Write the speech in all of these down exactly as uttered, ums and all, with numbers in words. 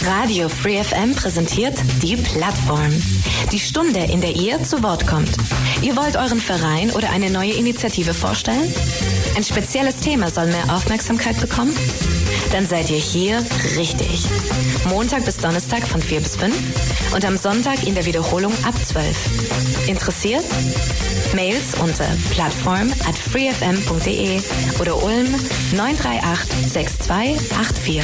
Radio Free F M präsentiert die Plattform. Die Stunde, in der ihr zu Wort kommt. Ihr wollt euren Verein oder eine neue Initiative vorstellen? Ein spezielles Thema soll mehr Aufmerksamkeit bekommen? Dann seid ihr hier richtig. Montag bis Donnerstag von vier bis fünf und am Sonntag in der Wiederholung ab zwölf. Interessiert? Mails unter plattform at freefm punkt de oder Ulm neun drei acht sechs zwei acht vier.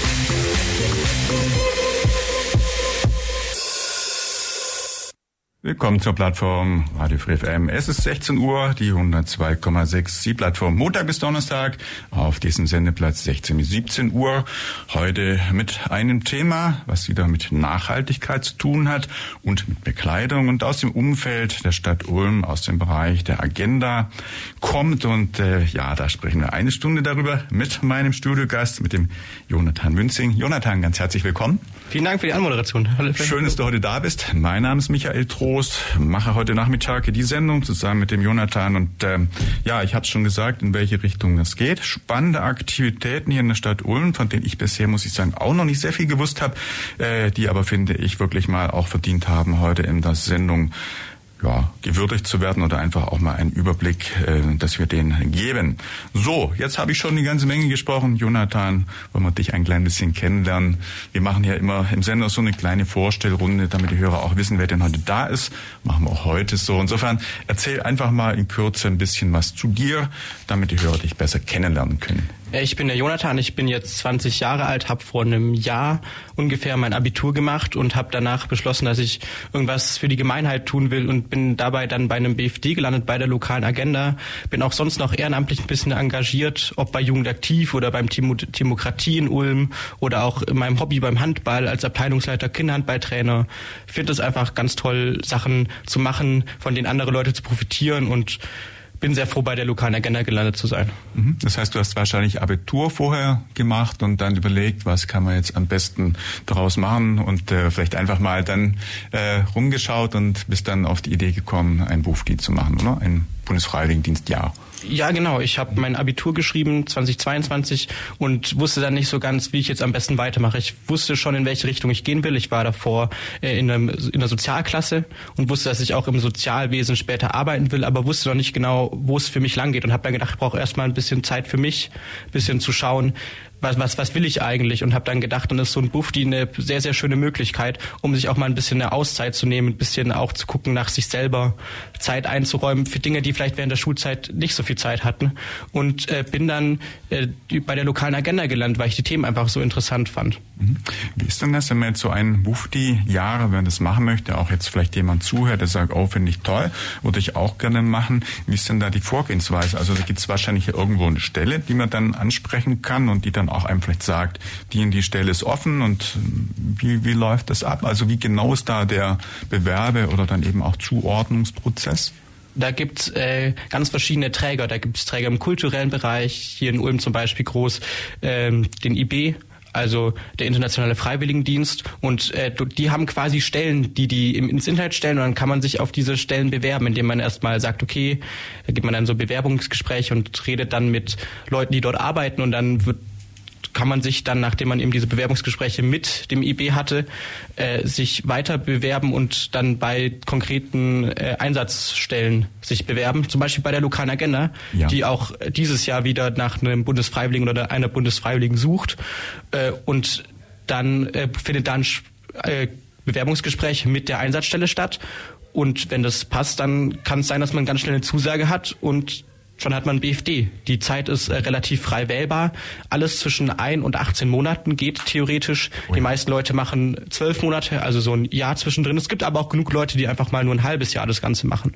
Willkommen zur Plattform Radio Free F M. Es ist sechzehn Uhr, die hundertzwei Komma sechs, die Plattform Montag bis Donnerstag auf diesem Sendeplatz sechzehn bis siebzehn Uhr. Heute mit einem Thema, was wieder mit Nachhaltigkeit zu tun hat und mit Bekleidung und aus dem Umfeld der Stadt Ulm, aus dem Bereich der Agenda kommt. Und äh, ja, da sprechen wir eine Stunde darüber mit meinem Studiogast, mit dem Jonathan Münzing. Jonathan, ganz herzlich willkommen. Vielen Dank für die Anmoderation. Hallo. Schön, dass du heute da bist. Mein Name ist Michael Trost, mache heute Nachmittag die Sendung zusammen mit dem Jonathan. Und ähm, ja, ich habe es schon gesagt, in welche Richtung das geht. Spannende Aktivitäten hier in der Stadt Ulm, von denen ich bisher, muss ich sagen, auch noch nicht sehr viel gewusst habe, äh, die aber, finde ich, wirklich mal auch verdient haben, heute in der Sendung ja, gewürdigt zu werden oder einfach auch mal einen Überblick, äh, dass wir den geben. So, jetzt habe ich schon eine ganze Menge gesprochen. Jonathan, wollen wir dich ein klein bisschen kennenlernen. Wir machen ja immer im Sender so eine kleine Vorstellrunde, damit die Hörer auch wissen, wer denn heute da ist. Machen wir auch heute so. Insofern erzähl einfach mal in Kürze ein bisschen was zu dir, damit die Hörer dich besser kennenlernen können. Ich bin der Jonathan, ich bin jetzt zwanzig Jahre alt, habe vor einem Jahr ungefähr mein Abitur gemacht und habe danach beschlossen, dass ich irgendwas für die Gemeinheit tun will und bin dabei dann bei einem B F D gelandet, bei der lokalen Agenda. Bin auch sonst noch ehrenamtlich ein bisschen engagiert, ob bei Jugend aktiv oder beim Team Demokratie in Ulm oder auch in meinem Hobby beim Handball als Abteilungsleiter Kinderhandballtrainer. Ich finde es einfach ganz toll, Sachen zu machen, von denen andere Leute zu profitieren und bin sehr froh, bei der lokalen Agenda gelandet zu sein. Das heißt, du hast wahrscheinlich Abitur vorher gemacht und dann überlegt, was kann man jetzt am besten daraus machen und äh, vielleicht einfach mal dann äh, rumgeschaut und bist dann auf die Idee gekommen, ein B U F D zu machen, oder? Ein Bundesfreiwilligendienstjahr. Ja, genau. Ich habe mein Abitur geschrieben zweitausendzweiundzwanzig und wusste dann nicht so ganz, wie ich jetzt am besten weitermache. Ich wusste schon, in welche Richtung ich gehen will. Ich war davor äh, in, einem, in der Sozialklasse und wusste, dass ich auch im Sozialwesen später arbeiten will, aber wusste noch nicht genau, wo es für mich lang geht und habe dann gedacht, ich brauche erstmal ein bisschen Zeit für mich, ein bisschen zu schauen, Was, was, was will ich eigentlich? Und habe dann gedacht, dann ist so ein B U F D eine sehr, sehr schöne Möglichkeit, um sich auch mal ein bisschen eine Auszeit zu nehmen, ein bisschen auch zu gucken, nach sich selber Zeit einzuräumen für Dinge, die vielleicht während der Schulzeit nicht so viel Zeit hatten. Und äh, bin dann äh, bei der lokalen Agenda gelandet, weil ich die Themen einfach so interessant fand. Wie ist denn das, wenn man jetzt so ein B U F D-Jahr, wenn man das machen möchte, auch jetzt vielleicht jemand zuhört, der sagt, oh, finde ich toll, würde ich auch gerne machen. Wie ist denn da die Vorgehensweise? Also da gibt es wahrscheinlich irgendwo eine Stelle, die man dann ansprechen kann und die dann auch einem vielleicht sagt, die und die Stelle ist offen und wie, wie läuft das ab? Also wie genau ist da der Bewerbe- oder dann eben auch Zuordnungsprozess? Da gibt's äh, ganz verschiedene Träger. Da gibt's Träger im kulturellen Bereich, hier in Ulm zum Beispiel groß, ähm, den I B, also der Internationale Freiwilligendienst. Und äh, die haben quasi Stellen, die die ins Internet stellen. Und dann kann man sich auf diese Stellen bewerben, indem man erstmal sagt, okay, da gibt man dann so Bewerbungsgespräche und redet dann mit Leuten, die dort arbeiten. Und dann wird kann man sich dann, nachdem man eben diese Bewerbungsgespräche mit dem I B hatte, äh, sich weiter bewerben und dann bei konkreten äh, Einsatzstellen sich bewerben. Zum Beispiel bei der lokalen Agenda, ja, die auch dieses Jahr wieder nach einem Bundesfreiwilligen oder einer Bundesfreiwilligen sucht. Äh, und dann äh, findet dann äh, Bewerbungsgespräch mit der Einsatzstelle statt. Und wenn das passt, dann kann es sein, dass man ganz schnell eine Zusage hat und schon hat man B F D. Die Zeit ist äh, relativ frei wählbar. Alles zwischen ein und achtzehn Monaten geht theoretisch. Die meisten Leute machen zwölf Monate, also so ein Jahr zwischendrin. Es gibt aber auch genug Leute, die einfach mal nur ein halbes Jahr das Ganze machen.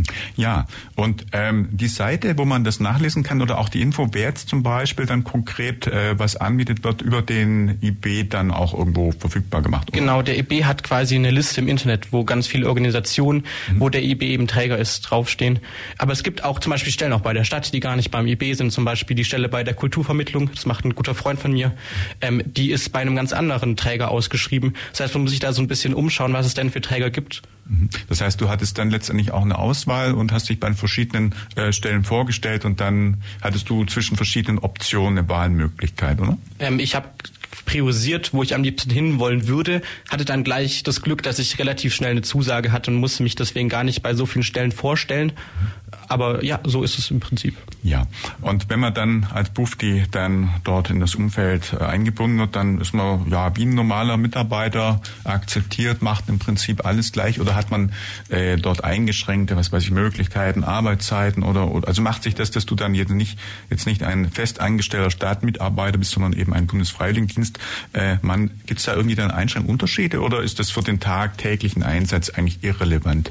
Ja, und ähm, die Seite, wo man das nachlesen kann oder auch die Info, wer jetzt zum Beispiel dann konkret äh, was anbietet, wird über den I B dann auch irgendwo verfügbar gemacht, oder? Genau, der I B hat quasi eine Liste im Internet, wo ganz viele Organisationen, mhm. wo der I B eben Träger ist, draufstehen. Aber es gibt auch zum Beispiel Stellen auch bei der Stadt, die gar nicht beim I B sind, zum Beispiel die Stelle bei der Kulturvermittlung, das macht ein guter Freund von mir, ähm, die ist bei einem ganz anderen Träger ausgeschrieben. Das heißt, man muss sich da so ein bisschen umschauen, was es denn für Träger gibt. Das heißt, du hattest dann letztendlich auch eine Auswahl und hast dich bei verschiedenen äh, Stellen vorgestellt und dann hattest du zwischen verschiedenen Optionen eine Wahlmöglichkeit, oder? Ähm, ich habe priorisiert, wo ich am liebsten hinwollen würde, hatte dann gleich das Glück, dass ich relativ schnell eine Zusage hatte und musste mich deswegen gar nicht bei so vielen Stellen vorstellen. Aber ja, so ist es im Prinzip. Ja, und wenn man dann als Bufdi dann dort in das Umfeld äh, eingebunden wird, dann ist man ja wie ein normaler Mitarbeiter akzeptiert, macht im Prinzip alles gleich, oder hat man äh, dort eingeschränkte, was weiß ich, Möglichkeiten, Arbeitszeiten oder, oder also macht sich das, dass du dann jetzt nicht jetzt nicht ein fest eingestellter Staatsmitarbeiter bist, sondern eben ein Bundesfreiwilligendienst. Äh, man, gibt's da irgendwie dann Einschränkungen, Unterschiede, oder ist das für den tagtäglichen Einsatz eigentlich irrelevant?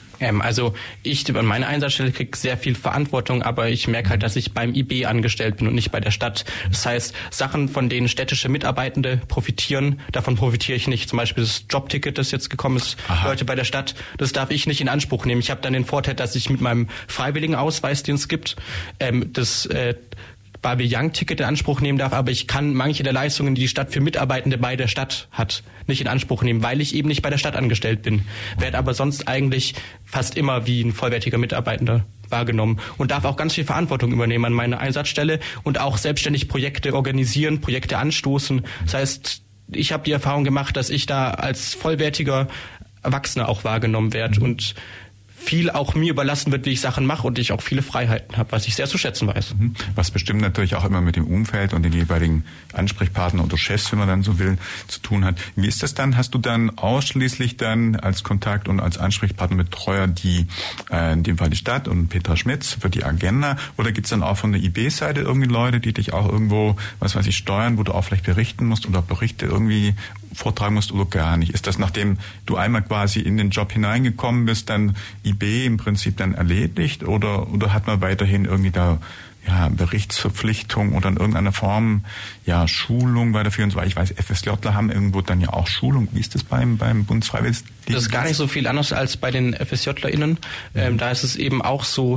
Also ich an meiner Einsatzstelle kriege sehr viel Verantwortung, aber ich merke halt, dass ich beim I B angestellt bin und nicht bei der Stadt. Das heißt, Sachen, von denen städtische Mitarbeitende profitieren, davon profitiere ich nicht. Zum Beispiel das Jobticket, das jetzt gekommen ist, Aha. Leute bei der Stadt, das darf ich nicht in Anspruch nehmen. Ich habe dann den Vorteil, dass ich mit meinem freiwilligen Ausweis, den es gibt, ähm, das äh, Barbie-Young-Ticket in Anspruch nehmen darf, aber ich kann manche der Leistungen, die die Stadt für Mitarbeitende bei der Stadt hat, nicht in Anspruch nehmen, weil ich eben nicht bei der Stadt angestellt bin. Werde aber sonst eigentlich fast immer wie ein vollwertiger Mitarbeitender wahrgenommen und darf auch ganz viel Verantwortung übernehmen an meiner Einsatzstelle und auch selbstständig Projekte organisieren, Projekte anstoßen. Das heißt, ich habe die Erfahrung gemacht, dass ich da als vollwertiger Erwachsener auch wahrgenommen werde mhm. und viel auch mir überlassen wird, wie ich Sachen mache und ich auch viele Freiheiten habe, was ich sehr zu schätzen weiß. Was bestimmt natürlich auch immer mit dem Umfeld und den jeweiligen Ansprechpartner oder Chefs, wenn man dann so will, zu tun hat. Wie ist das dann? Hast du dann ausschließlich dann als Kontakt und als Ansprechpartner Betreuer die, äh, in dem Fall die Stadt und Petra Schmitz für die Agenda, oder gibt's dann auch von der I B-Seite irgendwie Leute, die dich auch irgendwo, was weiß ich, steuern, wo du auch vielleicht berichten musst oder Berichte irgendwie vortragen musst oder gar nicht? Ist das, nachdem du einmal quasi in den Job hineingekommen bist, dann I B im Prinzip dann erledigt, oder oder hat man weiterhin irgendwie da ja Berichtsverpflichtung oder in irgendeiner Form ja Schulung weiterführen? So, ich weiß, FSJler haben irgendwo dann ja auch Schulung. Wie ist das beim beim Bundesfreiwilligendienst? Das ist gar nicht so viel anders als bei den FSJlerInnen. Ähm, da ist es eben auch so,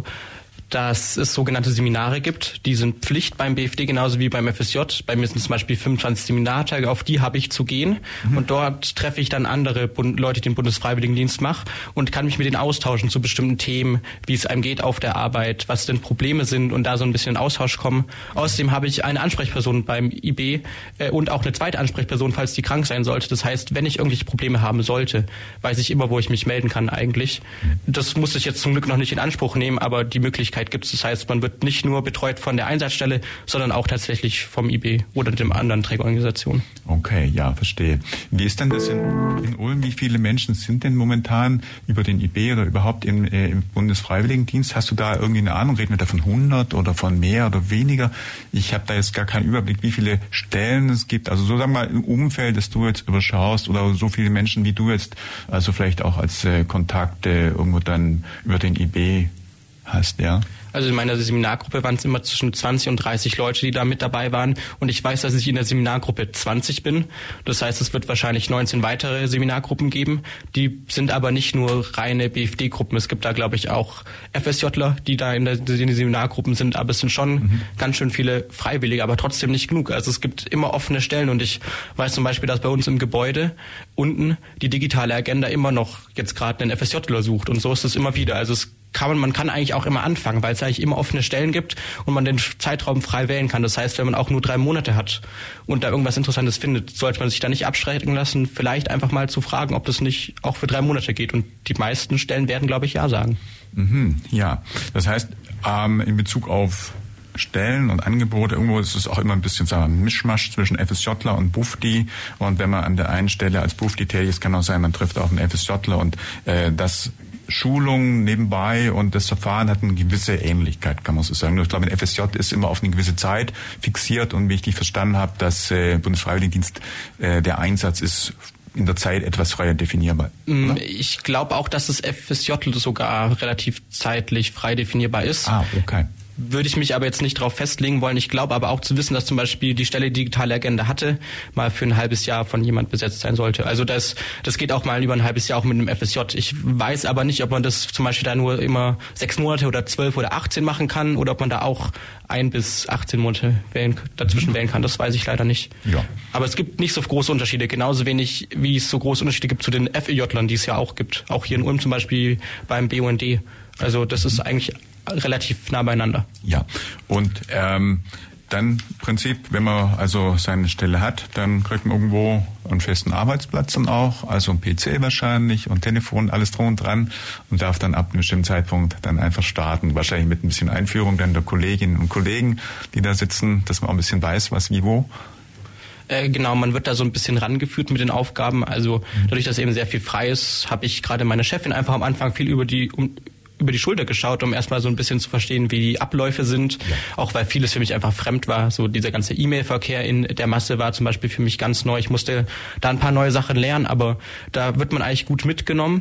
dass es sogenannte Seminare gibt. Die sind Pflicht beim B F D, genauso wie beim F S J. Bei mir sind zum Beispiel fünfundzwanzig Seminartage, auf die habe ich zu gehen. Mhm. Und dort treffe ich dann andere Bund- Leute, die den Bundesfreiwilligendienst machen, und kann mich mit denen austauschen zu bestimmten Themen, wie es einem geht auf der Arbeit, was denn Probleme sind, und da so ein bisschen in Austausch kommen. Außerdem habe ich eine Ansprechperson beim I B äh, und auch eine zweite Ansprechperson, falls die krank sein sollte. Das heißt, wenn ich irgendwelche Probleme haben sollte, weiß ich immer, wo ich mich melden kann eigentlich. Das muss ich jetzt zum Glück noch nicht in Anspruch nehmen, aber die Möglichkeit gibt es. Das heißt, man wird nicht nur betreut von der Einsatzstelle, sondern auch tatsächlich vom I B oder dem anderen Trägerorganisation. Okay, ja, verstehe. Wie ist denn das in, in Ulm? Wie viele Menschen sind denn momentan über den I B oder überhaupt im, äh, im Bundesfreiwilligendienst? Hast du da irgendwie eine Ahnung? Reden wir da von hundert oder von mehr oder weniger? Ich habe da jetzt gar keinen Überblick, wie viele Stellen es gibt. Also so, sagen wir mal, im Umfeld, das du jetzt überschaust, oder so viele Menschen, wie du jetzt, also vielleicht auch als äh, Kontakte irgendwo dann über den I B hast, ja? Also in meiner Seminargruppe waren es immer zwischen zwanzig und dreißig Leute, die da mit dabei waren. Und ich weiß, dass ich in der Seminargruppe zwanzig bin. Das heißt, es wird wahrscheinlich neunzehn weitere Seminargruppen geben. Die sind aber nicht nur reine B F D-Gruppen. Es gibt da, glaube ich, auch FSJler, die da in, der, in den Seminargruppen sind. Aber es sind schon mhm. ganz schön viele Freiwillige, aber trotzdem nicht genug. Also es gibt immer offene Stellen. Und ich weiß zum Beispiel, dass bei uns im Gebäude unten die digitale Agenda immer noch jetzt gerade einen FSJler sucht. Und so ist es immer wieder. Also es kann man, man kann eigentlich auch immer anfangen, weil es eigentlich immer offene Stellen gibt und man den Zeitraum frei wählen kann. Das heißt, wenn man auch nur drei Monate hat und da irgendwas Interessantes findet, sollte man sich da nicht abschrecken lassen, vielleicht einfach mal zu fragen, ob das nicht auch für drei Monate geht. Und die meisten Stellen werden, glaube ich, ja sagen. Mhm, ja, das heißt, ähm, in Bezug auf Stellen und Angebote, irgendwo ist es auch immer ein bisschen, sagen wir, ein Mischmasch zwischen FSJler und Bufdi. Und wenn man an der einen Stelle als Bufdi tätig ist, kann auch sein, man trifft auch einen FSJler, und äh, das Schulung nebenbei und das Verfahren hat eine gewisse Ähnlichkeit, kann man so sagen. Ich glaube, ein F S J ist immer auf eine gewisse Zeit fixiert, und wie ich dich verstanden habe, dass äh, Bundesfreiwilligendienst, äh, der Einsatz ist in der Zeit etwas freier definierbar. Oder? Ich glaube auch, dass das F S J sogar relativ zeitlich frei definierbar ist. Ah, okay. Würde ich mich aber jetzt nicht darauf festlegen wollen. Ich glaube aber auch zu wissen, dass zum Beispiel die Stelle digitale Agenda hatte, mal für ein halbes Jahr von jemand besetzt sein sollte. Also das, das geht auch mal über ein halbes Jahr auch mit einem F S J. Ich weiß aber nicht, ob man das zum Beispiel da nur immer sechs Monate oder zwölf oder achtzehn machen kann, oder ob man da auch ein bis achtzehn Monate wählen, dazwischen wählen kann. Das weiß ich leider nicht. Ja. Aber es gibt nicht so große Unterschiede. Genauso wenig, wie es so große Unterschiede gibt zu den F E J-Lern, die es ja auch gibt. Auch hier in Ulm zum Beispiel beim B U N D. Also das ist eigentlich relativ nah beieinander. Ja, und ähm, dann im Prinzip, wenn man also seine Stelle hat, dann kriegt man irgendwo einen festen Arbeitsplatz dann auch, also ein P C wahrscheinlich und Telefon, alles drum und dran und darf dann ab einem bestimmten Zeitpunkt dann einfach starten. Wahrscheinlich mit ein bisschen Einführung dann der Kolleginnen und Kollegen, die da sitzen, dass man auch ein bisschen weiß, was wie wo. Äh, genau, man wird da so ein bisschen rangeführt mit den Aufgaben. Also dadurch, dass eben sehr viel frei ist, habe ich gerade meine Chefin einfach am Anfang viel über die um, über die Schulter geschaut, um erstmal so ein bisschen zu verstehen, wie die Abläufe sind. Ja. Auch weil vieles für mich einfach fremd war. So dieser ganze E-Mail-Verkehr in der Masse war zum Beispiel für mich ganz neu. Ich musste da ein paar neue Sachen lernen, aber da wird man eigentlich gut mitgenommen.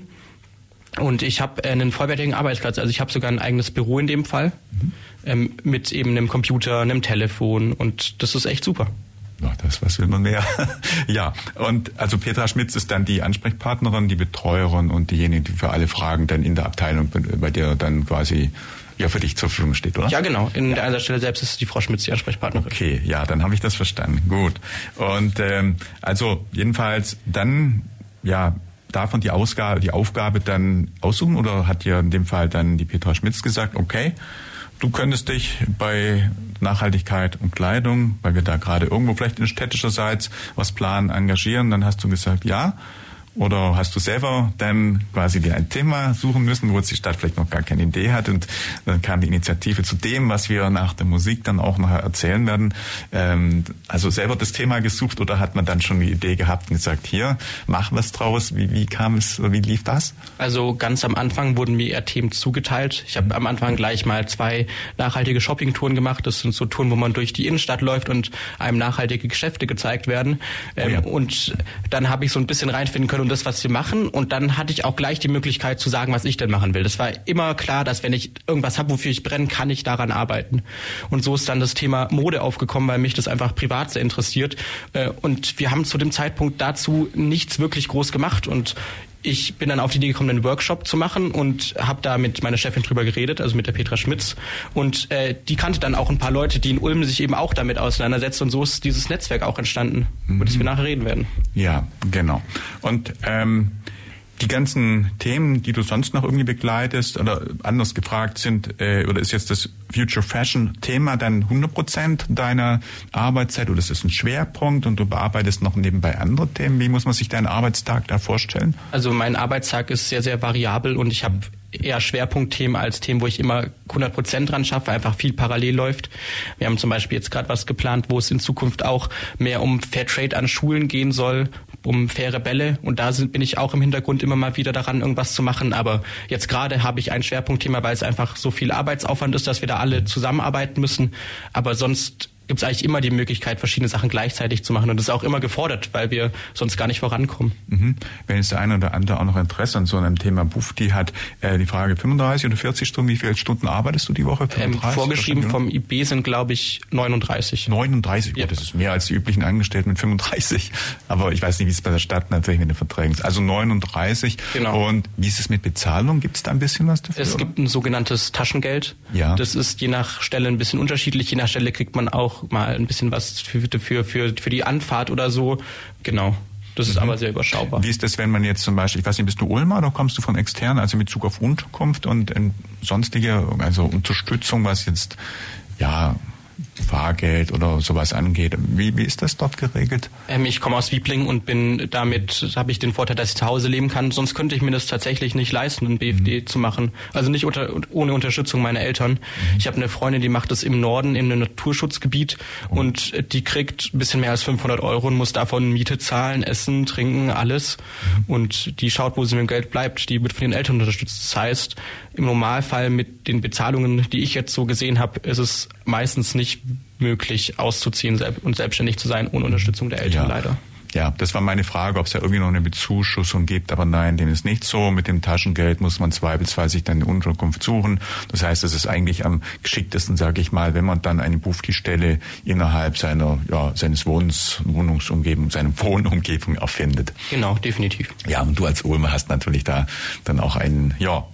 Und ich habe einen vollwertigen Arbeitsplatz. Also ich habe sogar ein eigenes Büro in dem Fall, mhm. ähm, mit eben einem Computer, einem Telefon und das ist echt super. Ja, das, was will man mehr? Ja, und also Petra Schmitz ist dann die Ansprechpartnerin, die Betreuerin und diejenige, die für alle Fragen dann in der Abteilung bei dir dann quasi ja für dich zur Verfügung steht, oder? Ja, genau. In ja. der Einsatzstelle selbst ist die Frau Schmitz die Ansprechpartnerin. Okay, ja, dann habe ich das verstanden. Gut. Und ähm, also jedenfalls dann, ja, darf man die Ausgabe, die Aufgabe dann aussuchen oder hat dir in dem Fall dann die Petra Schmitz gesagt, okay, du könntest dich bei Nachhaltigkeit und Kleidung, weil wir da gerade irgendwo vielleicht in städtischerseits was planen, engagieren, dann hast du gesagt, ja. Oder hast du selber dann quasi dir ein Thema suchen müssen, wo jetzt die Stadt vielleicht noch gar keine Idee hat und dann kam die Initiative zu dem, was wir nach der Musik dann auch noch erzählen werden. Ähm, also selber das Thema gesucht oder hat man dann schon die Idee gehabt und gesagt, hier, mach was draus. Wie, wie kam es, wie lief das? Also ganz am Anfang wurden mir eher Themen zugeteilt. Ich habe am Anfang gleich mal zwei nachhaltige Shopping-Touren gemacht. Das sind so Touren, wo man durch die Innenstadt läuft und einem nachhaltige Geschäfte gezeigt werden. Ähm, oh ja. Und dann habe ich so ein bisschen reinfinden können, und das, was wir machen. Und dann hatte ich auch gleich die Möglichkeit zu sagen, was ich denn machen will. Das war immer klar, dass wenn ich irgendwas habe, wofür ich brenne, kann ich daran arbeiten. Und so ist dann das Thema Mode aufgekommen, weil mich das einfach privat sehr interessiert. Und wir haben zu dem Zeitpunkt dazu nichts wirklich groß gemacht. Und ich bin dann auf die Idee gekommen, einen Workshop zu machen und habe da mit meiner Chefin drüber geredet, also mit der Petra Schmitz. Und äh, die kannte dann auch ein paar Leute, die in Ulm sich eben auch damit auseinandersetzen. Und so ist dieses Netzwerk auch entstanden, mhm. über das wir nachher reden werden. Ja, genau. Und ähm, die ganzen Themen, die du sonst noch irgendwie begleitest oder anders gefragt sind, äh, oder ist jetzt das Future Fashion Thema dann hundert Prozent deiner Arbeitszeit oder ist es ein Schwerpunkt und du bearbeitest noch nebenbei andere Themen? Wie muss man sich deinen Arbeitstag da vorstellen? Also mein Arbeitstag ist sehr, sehr variabel und ich habe eher Schwerpunktthemen als Themen, wo ich immer hundert Prozent dran schaffe, einfach viel parallel läuft. Wir haben zum Beispiel jetzt gerade was geplant, wo es in Zukunft auch mehr um Fairtrade an Schulen gehen soll, um faire Bälle. Und da sind, bin ich auch im Hintergrund immer mal wieder daran, irgendwas zu machen. Aber jetzt gerade habe ich ein Schwerpunktthema, weil es einfach so viel Arbeitsaufwand ist, dass wir da alle zusammenarbeiten müssen. Aber sonst gibt es eigentlich immer die Möglichkeit, verschiedene Sachen gleichzeitig zu machen. Und das ist auch immer gefordert, weil wir sonst gar nicht vorankommen. Mhm. Wenn jetzt der eine oder andere auch noch Interesse an so einem Thema Bufti hat, äh, die Frage fünfunddreißig oder vierzig Stunden, wie viele Stunden arbeitest du die Woche? Ähm, vorgeschrieben vom I B sind, glaube ich, neununddreißig. neununddreißig, ja. Gut, das ist mehr als die üblichen Angestellten mit fünfunddreißig. Aber ich weiß nicht, wie es bei der Stadt natürlich mit den Verträgen ist. Also neununddreißig. Genau. Und wie ist es mit Bezahlung? Gibt es da ein bisschen was dafür? Es oder? gibt ein sogenanntes Taschengeld. Ja. Das ist je nach Stelle ein bisschen unterschiedlich. Je nach Stelle kriegt man auch mal ein bisschen was für, für, für, für die Anfahrt oder so. Genau. Das ist mhm. aber sehr überschaubar. Wie ist das, wenn man jetzt zum Beispiel, ich weiß nicht, bist du Ulmer oder kommst du von extern, also mit Bezug auf Unterkunft und sonstige, also Unterstützung, was jetzt, ja, Fahrgeld oder sowas angeht. Wie, wie ist das dort geregelt? Ähm, ich komme aus Wiebling und bin damit, habe ich den Vorteil, dass ich zu Hause leben kann. Sonst könnte ich mir das tatsächlich nicht leisten, einen B F D mhm. zu machen. Also nicht unter, ohne Unterstützung meiner Eltern. Mhm. Ich habe eine Freundin, die macht das im Norden in einem Naturschutzgebiet oh. und die kriegt ein bisschen mehr als fünfhundert Euro und muss davon Miete zahlen, essen, trinken, alles. Mhm. Und die schaut, wo sie mit dem Geld bleibt. Die wird von den Eltern unterstützt. Das heißt, im Normalfall mit den Bezahlungen, die ich jetzt so gesehen habe, ist es meistens nicht möglich auszuziehen und selbstständig zu sein ohne Unterstützung der Eltern, ja. leider. Ja, das war meine Frage, ob es ja irgendwie noch eine Bezuschussung gibt, aber nein, dem ist nicht so. Mit dem Taschengeld muss man zweifelsfall sich dann eine Unterkunft suchen. Das heißt, es ist eigentlich am geschicktesten, sage ich mal, wenn man dann eine Bufti-Stelle innerhalb seiner, ja, seines Wohnens, Wohnungsumgebung, seiner Wohnumgebung erfindet. Genau, definitiv. Ja, und du als Ulmer hast natürlich da dann auch einen, ja,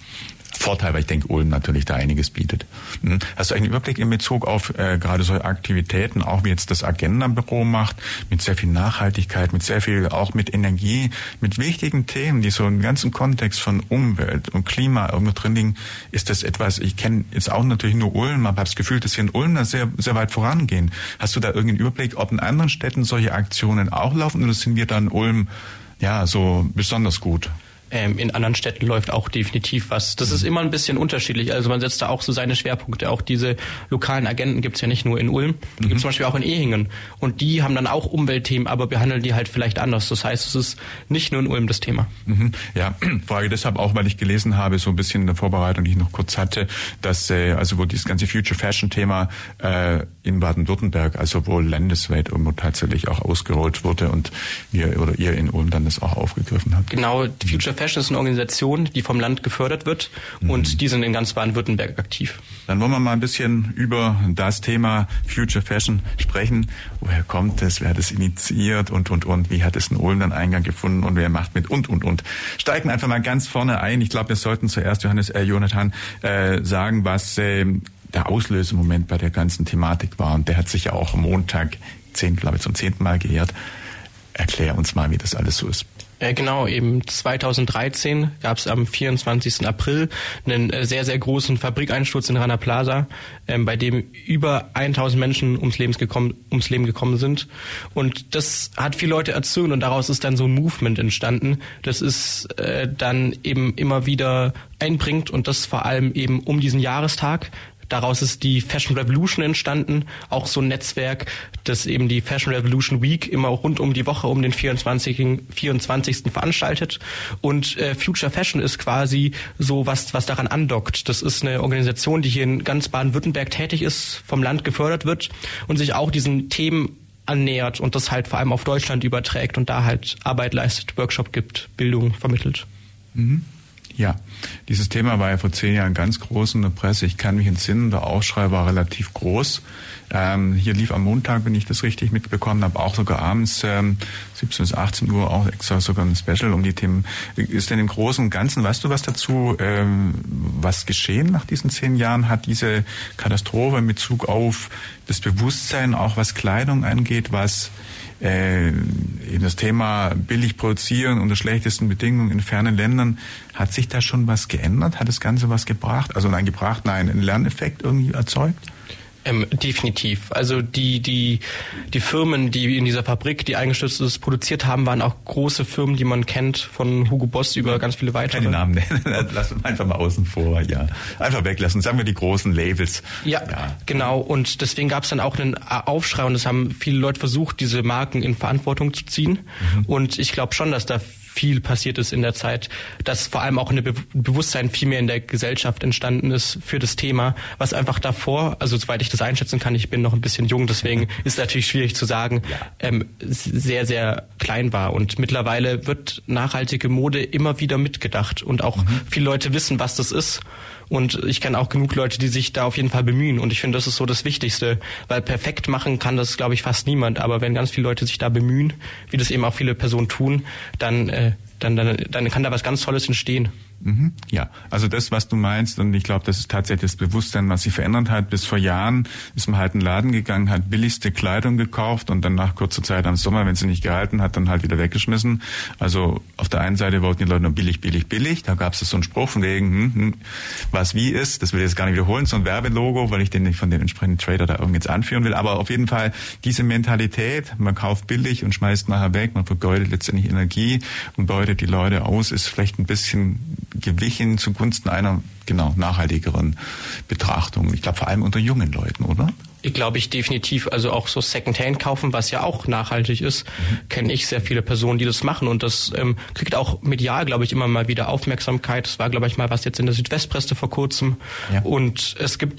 Vorteil, weil ich denke, Ulm natürlich da einiges bietet. Hm. Hast du einen Überblick in Bezug auf äh, gerade solche Aktivitäten, auch wie jetzt das Agenda-Büro macht, mit sehr viel Nachhaltigkeit, mit sehr viel, auch mit Energie, mit wichtigen Themen, die so im ganzen Kontext von Umwelt und Klima irgendwo drin liegen, ist das etwas, ich kenne jetzt auch natürlich nur Ulm, aber habe das Gefühl, dass wir in Ulm da sehr, sehr weit vorangehen. Hast du da irgendeinen Überblick, ob in anderen Städten solche Aktionen auch laufen oder sind wir da in Ulm ja so besonders gut? In anderen Städten läuft auch definitiv was. Das ist immer ein bisschen unterschiedlich. Also man setzt da auch so seine Schwerpunkte. Auch diese lokalen Agenten gibt's ja nicht nur in Ulm, die mhm. gibt's zum Beispiel auch in Ehingen. Und die haben dann auch Umweltthemen, aber behandeln die halt vielleicht anders. Das heißt, es ist nicht nur in Ulm das Thema. Mhm. Ja, frage deshalb auch, weil ich gelesen habe, so ein bisschen in der Vorbereitung, die ich noch kurz hatte, dass äh, also wo dieses ganze Future Fashion Thema äh, in Baden-Württemberg, also wohl landesweit irgendwo tatsächlich auch ausgerollt wurde und wir oder ihr in Ulm dann das auch aufgegriffen habt. Genau, Future Fashion ist eine Organisation, die vom Land gefördert wird mhm. und die sind in ganz Baden-Württemberg aktiv. Dann wollen wir mal ein bisschen über das Thema Future Fashion sprechen. Woher kommt es? Wer hat es initiiert? Und, und, und. Wie hat es in Ulm dann Eingang gefunden? Und wer macht mit? Und, und, und. Steigen einfach mal ganz vorne ein. Ich glaube, wir sollten zuerst, Johannes, äh, Jonathan, äh, sagen, was äh, der Auslösemoment bei der ganzen Thematik war. Und der hat sich ja auch am Montag, zehn, glaube ich, zum zehnten Mal geehrt. Erklär uns mal, wie das alles so ist. Äh, genau, eben zweitausenddreizehn gab es am vierundzwanzigsten April einen äh, sehr, sehr großen Fabrikeinsturz in Rana Plaza, ähm, bei dem über tausend Menschen ums Leben gekommen, ums Leben gekommen sind. Und das hat viele Leute erzürnt und daraus ist dann so ein Movement entstanden, das ist äh, dann eben immer wieder einbringt und das vor allem eben um diesen Jahrestag. Daraus ist die Fashion Revolution entstanden, auch so ein Netzwerk, das eben die Fashion Revolution Week immer rund um die Woche um den vierundzwanzigsten vierundzwanzigsten veranstaltet. Und äh, Future Fashion ist quasi so was, was daran andockt. Das ist eine Organisation, die hier in ganz Baden-Württemberg tätig ist, vom Land gefördert wird und sich auch diesen Themen annähert und das halt vor allem auf Deutschland überträgt und da halt Arbeit leistet, Workshop gibt, Bildung vermittelt. Mhm. Ja, dieses Thema war ja vor zehn Jahren ganz groß in der Presse. Ich kann mich entsinnen, der Aufschrei war relativ groß. Ähm, hier lief am Montag, wenn ich das richtig mitbekommen habe, auch sogar abends ähm, siebzehn bis achtzehn Uhr auch extra sogar ein Special um die Themen. Ist denn im Großen und Ganzen, weißt du was dazu, ähm, was geschehen nach diesen zehn Jahren? Hat diese Katastrophe in Bezug auf das Bewusstsein, auch was Kleidung angeht, was Äh, eben das Thema billig produzieren unter schlechtesten Bedingungen in fernen Ländern, hat sich da schon was geändert? Hat das Ganze was gebracht? Also nein, gebracht, nein, einen Lerneffekt irgendwie erzeugt? Ähm, definitiv. Also die die die Firmen, die in dieser Fabrik, die eingestürzt ist, produziert haben, waren auch große Firmen, die man kennt, von Hugo Boss über ganz viele weitere. Keine Namen nennen, lass uns einfach mal außen vor, ja. Einfach weglassen, sagen wir die großen Labels. Ja, ja. Genau. Und deswegen gab es dann auch einen Aufschrei und es haben viele Leute versucht, diese Marken in Verantwortung zu ziehen. Mhm. Und ich glaube schon, dass da viel passiert ist in der Zeit, dass vor allem auch ein Be- Bewusstsein viel mehr in der Gesellschaft entstanden ist für das Thema, was einfach davor, also soweit ich das einschätzen kann, ich bin noch ein bisschen jung, deswegen ist es natürlich schwierig zu sagen, ja. ähm, sehr, sehr klein war. Und mittlerweile wird nachhaltige Mode immer wieder mitgedacht und auch mhm. viele Leute wissen, was das ist. Und ich kenne auch genug Leute, die sich da auf jeden Fall bemühen. Und ich finde, das ist so das Wichtigste, weil perfekt machen kann das, glaube ich, fast niemand. Aber wenn ganz viele Leute sich da bemühen, wie das eben auch viele Personen tun, dann, äh, dann, dann, dann kann da was ganz Tolles entstehen. Mhm. Ja, also das, was du meinst, und ich glaube, das ist tatsächlich das Bewusstsein, was sich verändert hat. Bis vor Jahren ist man halt in den Laden gegangen, hat billigste Kleidung gekauft und dann nach kurzer Zeit am Sommer, wenn sie nicht gehalten hat, dann halt wieder weggeschmissen. Also auf der einen Seite wollten die Leute nur billig, billig, billig. Da gab es so einen Spruch von wegen, hm, hm, was wie ist, das will ich jetzt gar nicht wiederholen, so ein Werbelogo, weil ich den nicht von dem entsprechenden Trader da irgendwie jetzt anführen will. Aber auf jeden Fall diese Mentalität, man kauft billig und schmeißt nachher weg, man vergeudet letztendlich Energie und beutet die Leute aus, ist vielleicht ein bisschen gewichen zugunsten einer genau nachhaltigeren Betrachtung. Ich glaube vor allem unter jungen Leuten, oder? Ich glaube ich definitiv, also auch so Secondhand kaufen, was ja auch nachhaltig ist, mhm. kenne ich sehr viele Personen, die das machen und das ähm, kriegt auch medial, glaube ich, immer mal wieder Aufmerksamkeit. Das war, glaube ich, mal was jetzt in der Südwestpresse vor kurzem ja. und es gibt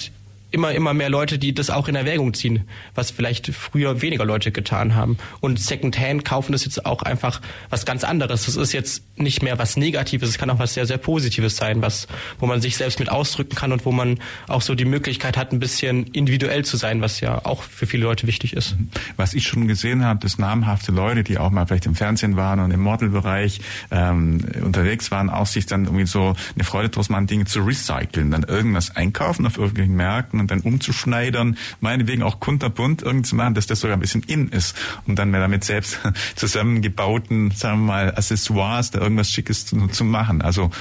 immer, immer mehr Leute, die das auch in Erwägung ziehen, was vielleicht früher weniger Leute getan haben. Und Secondhand kaufen ist jetzt auch einfach was ganz anderes. Das ist jetzt nicht mehr was Negatives, es kann auch was sehr, sehr Positives sein, was, wo man sich selbst mit ausdrücken kann und wo man auch so die Möglichkeit hat, ein bisschen individuell zu sein, was ja auch für viele Leute wichtig ist. Was ich schon gesehen habe, dass namhafte Leute, die auch mal vielleicht im Fernsehen waren und im Modelbereich ähm, unterwegs waren, auch sich dann irgendwie so eine Freude draus machen, Dinge zu recyceln, dann irgendwas einkaufen auf irgendwelchen Märkten und dann umzuschneidern, meinetwegen auch kunterbunt irgendwie zu machen, dass das sogar ein bisschen in ist, um dann mehr damit selbst zusammengebauten, sagen wir mal, Accessoires, da irgendwas Schickes zu, zu machen. Also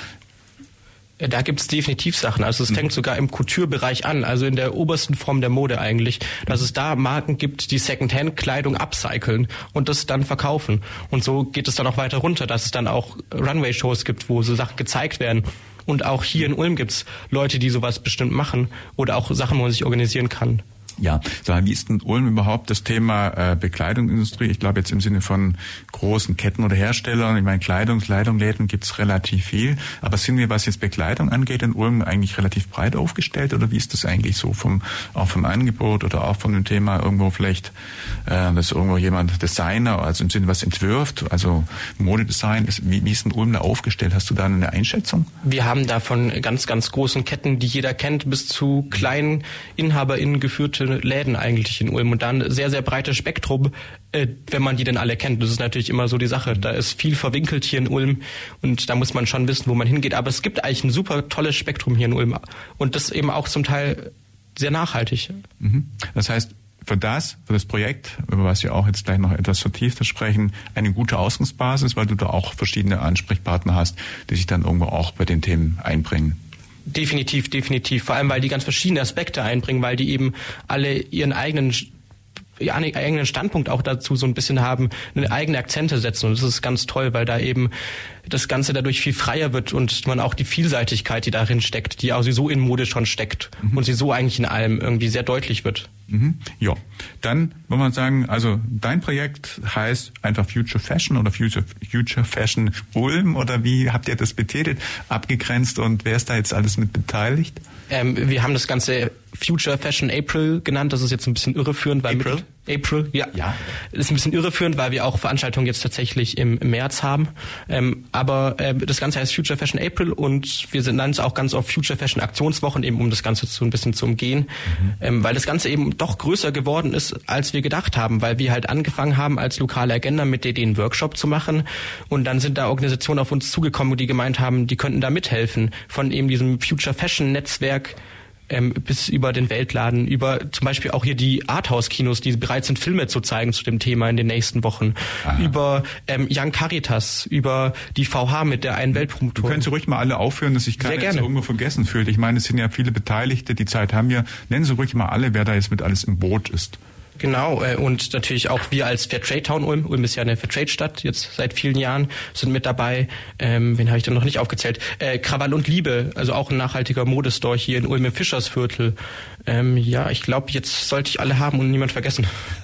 da gibt's definitiv Sachen. Also es fängt sogar im Couture-Bereich an, also in der obersten Form der Mode eigentlich, dass es da Marken gibt, die Secondhand-Kleidung upcyclen und das dann verkaufen. Und so geht es dann auch weiter runter, dass es dann auch Runway-Shows gibt, wo so Sachen gezeigt werden. Und auch hier in Ulm gibt's Leute, die sowas bestimmt machen oder auch Sachen, wo man sich organisieren kann. Ja, so, wie ist denn Ulm überhaupt das Thema äh, Bekleidungsindustrie? Ich glaube jetzt im Sinne von großen Ketten oder Herstellern. Ich meine, Kleidungs-, Kleidungsläden gibt's relativ viel. Aber sind wir, was jetzt Bekleidung angeht, in Ulm eigentlich relativ breit aufgestellt? Oder wie ist das eigentlich so vom, auch vom Angebot oder auch von dem Thema irgendwo vielleicht, äh, dass irgendwo jemand Designer, also im Sinne was entwirft, also Modedesign, ist, wie, wie ist denn Ulm da aufgestellt? Hast du da eine Einschätzung? Wir haben da von ganz, ganz großen Ketten, die jeder kennt, bis zu kleinen InhaberInnen geführte Läden eigentlich in Ulm und dann sehr, sehr breites Spektrum, äh, wenn man die denn alle kennt. Das ist natürlich immer so die Sache. Da ist viel verwinkelt hier in Ulm und da muss man schon wissen, wo man hingeht. Aber es gibt eigentlich ein super tolles Spektrum hier in Ulm und das eben auch zum Teil sehr nachhaltig. Mhm. Das heißt, für das, für das Projekt, über was wir auch jetzt gleich noch etwas vertiefter sprechen, eine gute Ausgangsbasis, weil du da auch verschiedene Ansprechpartner hast, die sich dann irgendwo auch bei den Themen einbringen. Definitiv, definitiv. Vor allem, weil die ganz verschiedene Aspekte einbringen, weil die eben alle ihren eigenen, ihren eigenen Standpunkt auch dazu so ein bisschen haben, eine eigene Akzente setzen. Und das ist ganz toll, weil da eben das Ganze dadurch viel freier wird und man auch die Vielseitigkeit, die darin steckt, die auch sowieso in Mode schon steckt mhm. und sie so eigentlich in allem irgendwie sehr deutlich wird. Mhm. Ja, dann muss man sagen, also dein Projekt heißt einfach Future Fashion oder Future, Future Fashion Ulm oder wie habt ihr das betitelt, abgegrenzt und wer ist da jetzt alles mit beteiligt? Ähm, wir haben das Ganze Future Fashion April genannt, das ist jetzt ein bisschen irreführend, weil April? Mit, April, ja. ja. Das ist ein bisschen irreführend, weil wir auch Veranstaltungen jetzt tatsächlich im, im März haben. Ähm, aber äh, das Ganze heißt Future Fashion April und wir nennen es auch ganz oft Future Fashion Aktionswochen, eben um das Ganze so ein bisschen zu umgehen. Mhm. Ähm, weil das Ganze eben doch größer geworden ist, als wir gedacht haben, weil wir halt angefangen haben, als lokale Agenda mit D D einen Workshop zu machen und dann sind da Organisationen auf uns zugekommen, die gemeint haben, die könnten da mithelfen, von eben diesem Future Fashion Netzwerk Ähm, bis über den Weltladen, über zum Beispiel auch hier die Arthouse-Kinos, die bereit sind, Filme zu zeigen zu dem Thema in den nächsten Wochen, Aha. über ähm, Young Caritas, über die V H mit der einen Weltpromotorin. Du könntest ruhig mal alle aufführen, dass sich keiner jetzt irgendwo vergessen fühlt. Ich meine, es sind ja viele Beteiligte, die Zeit haben wir. Nennen Sie ruhig mal alle, wer da jetzt mit alles im Boot ist. Genau, äh, und natürlich auch wir als Fairtrade Town Ulm. Ulm ist ja eine Fairtrade-Stadt, jetzt seit vielen Jahren, sind mit dabei. Ähm, wen habe ich denn noch nicht aufgezählt? Äh, Krawall und Liebe, also auch ein nachhaltiger Modestore hier in Ulm im Fischersviertel. Ähm, ja, ich glaube, jetzt sollte ich alle haben und niemand vergessen.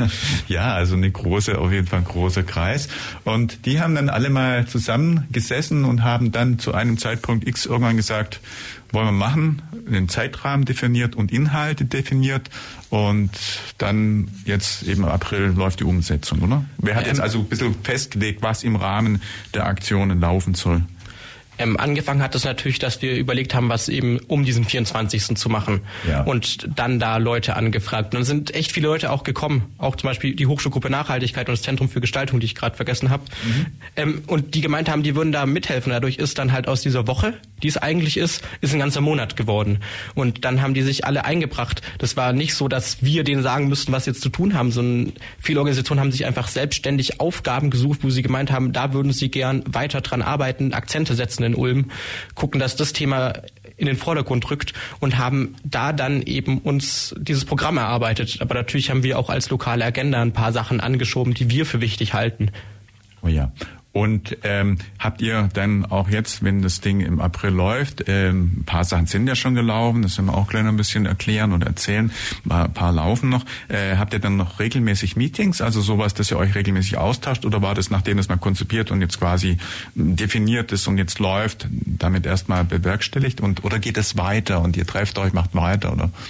Ja, also eine große, auf jeden Fall ein großer Kreis. Und die haben dann alle mal zusammengesessen und haben dann zu einem Zeitpunkt X irgendwann gesagt, wollen wir machen, den Zeitrahmen definiert und Inhalte definiert und dann jetzt eben im April läuft die Umsetzung, oder? Wer hat ähm, jetzt also ein bisschen festgelegt, was im Rahmen der Aktionen laufen soll? Ähm, angefangen hat es natürlich, dass wir überlegt haben, was eben um diesen vierundzwanzigsten zu machen. Ja. Und dann da Leute angefragt. Und dann sind echt viele Leute auch gekommen. Auch zum Beispiel die Hochschulgruppe Nachhaltigkeit und das Zentrum für Gestaltung, die ich gerade vergessen habe. Mhm. Ähm, und die gemeint haben, die würden da mithelfen. Dadurch ist dann halt aus dieser Woche, die es eigentlich ist, ist ein ganzer Monat geworden. Und dann haben die sich alle eingebracht. Das war nicht so, dass wir denen sagen müssten, was jetzt zu tun haben, sondern viele Organisationen haben sich einfach selbstständig Aufgaben gesucht, wo sie gemeint haben, da würden sie gern weiter dran arbeiten, Akzente setzen in Ulm, gucken, dass das Thema in den Vordergrund rückt und haben da dann eben uns dieses Programm erarbeitet. Aber natürlich haben wir auch als lokale Agenda ein paar Sachen angeschoben, die wir für wichtig halten. Oh ja. Und ähm, habt ihr dann auch jetzt, wenn das Ding im April läuft, ähm, ein paar Sachen sind ja schon gelaufen, das werden wir auch gleich noch ein bisschen erklären oder erzählen, ein paar laufen noch. Äh, habt ihr dann noch regelmäßig Meetings, also sowas, dass ihr euch regelmäßig austauscht oder war das, nachdem das mal konzipiert und jetzt quasi definiert ist und jetzt läuft, damit erstmal bewerkstelligt und oder geht es weiter und ihr trefft euch, macht weiter, oder?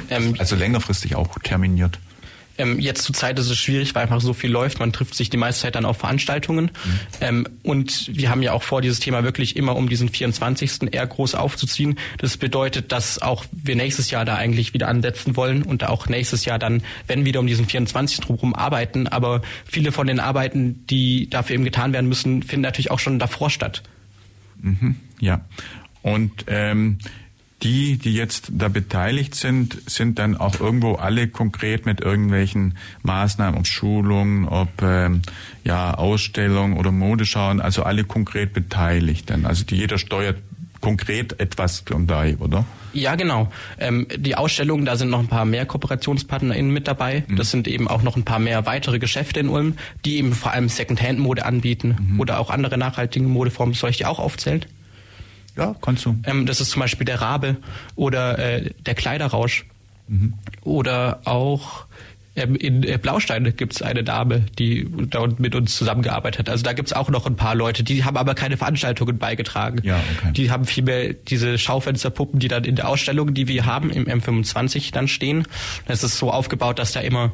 Ähm, also längerfristig auch terminiert. Ähm, jetzt zur Zeit ist es schwierig, weil einfach so viel läuft. Man trifft sich die meiste Zeit dann auf Veranstaltungen. Mhm. Ähm, und wir haben ja auch vor, dieses Thema wirklich immer um diesen vierundzwanzigsten eher groß aufzuziehen. Das bedeutet, dass auch wir nächstes Jahr da eigentlich wieder ansetzen wollen und auch nächstes Jahr dann, wenn wieder um diesen vierundzwanzigsten drumherum arbeiten. Aber viele von den Arbeiten, die dafür eben getan werden müssen, finden natürlich auch schon davor statt. Mhm. Ja. Und ähm, die, die jetzt da beteiligt sind, sind dann auch irgendwo alle konkret mit irgendwelchen Maßnahmen, ob Schulungen, ob ähm, ja Ausstellungen oder Modeschauen, also alle konkret beteiligt dann. Also die, jeder steuert konkret etwas bei, oder? Ja, genau. Ähm, die Ausstellungen, da sind noch ein paar mehr KooperationspartnerInnen mit dabei. Mhm. Das sind eben auch noch ein paar mehr weitere Geschäfte in Ulm, die eben vor allem Secondhand-Mode anbieten mhm. oder auch andere nachhaltige Modeformen. Soll ich die auch aufzählen? Ja, kannst du. Ähm, das ist zum Beispiel der Rabe oder äh, der Kleiderrausch. Mhm. Oder auch ähm, in äh, Blaustein gibt es eine Dame, die da mit uns zusammengearbeitet hat. Also da gibt es auch noch ein paar Leute, die haben aber keine Veranstaltungen beigetragen. Ja, okay. Die haben vielmehr diese Schaufensterpuppen, die dann in der Ausstellung, die wir haben, im M fünfundzwanzig dann stehen. Das ist so aufgebaut, dass da immer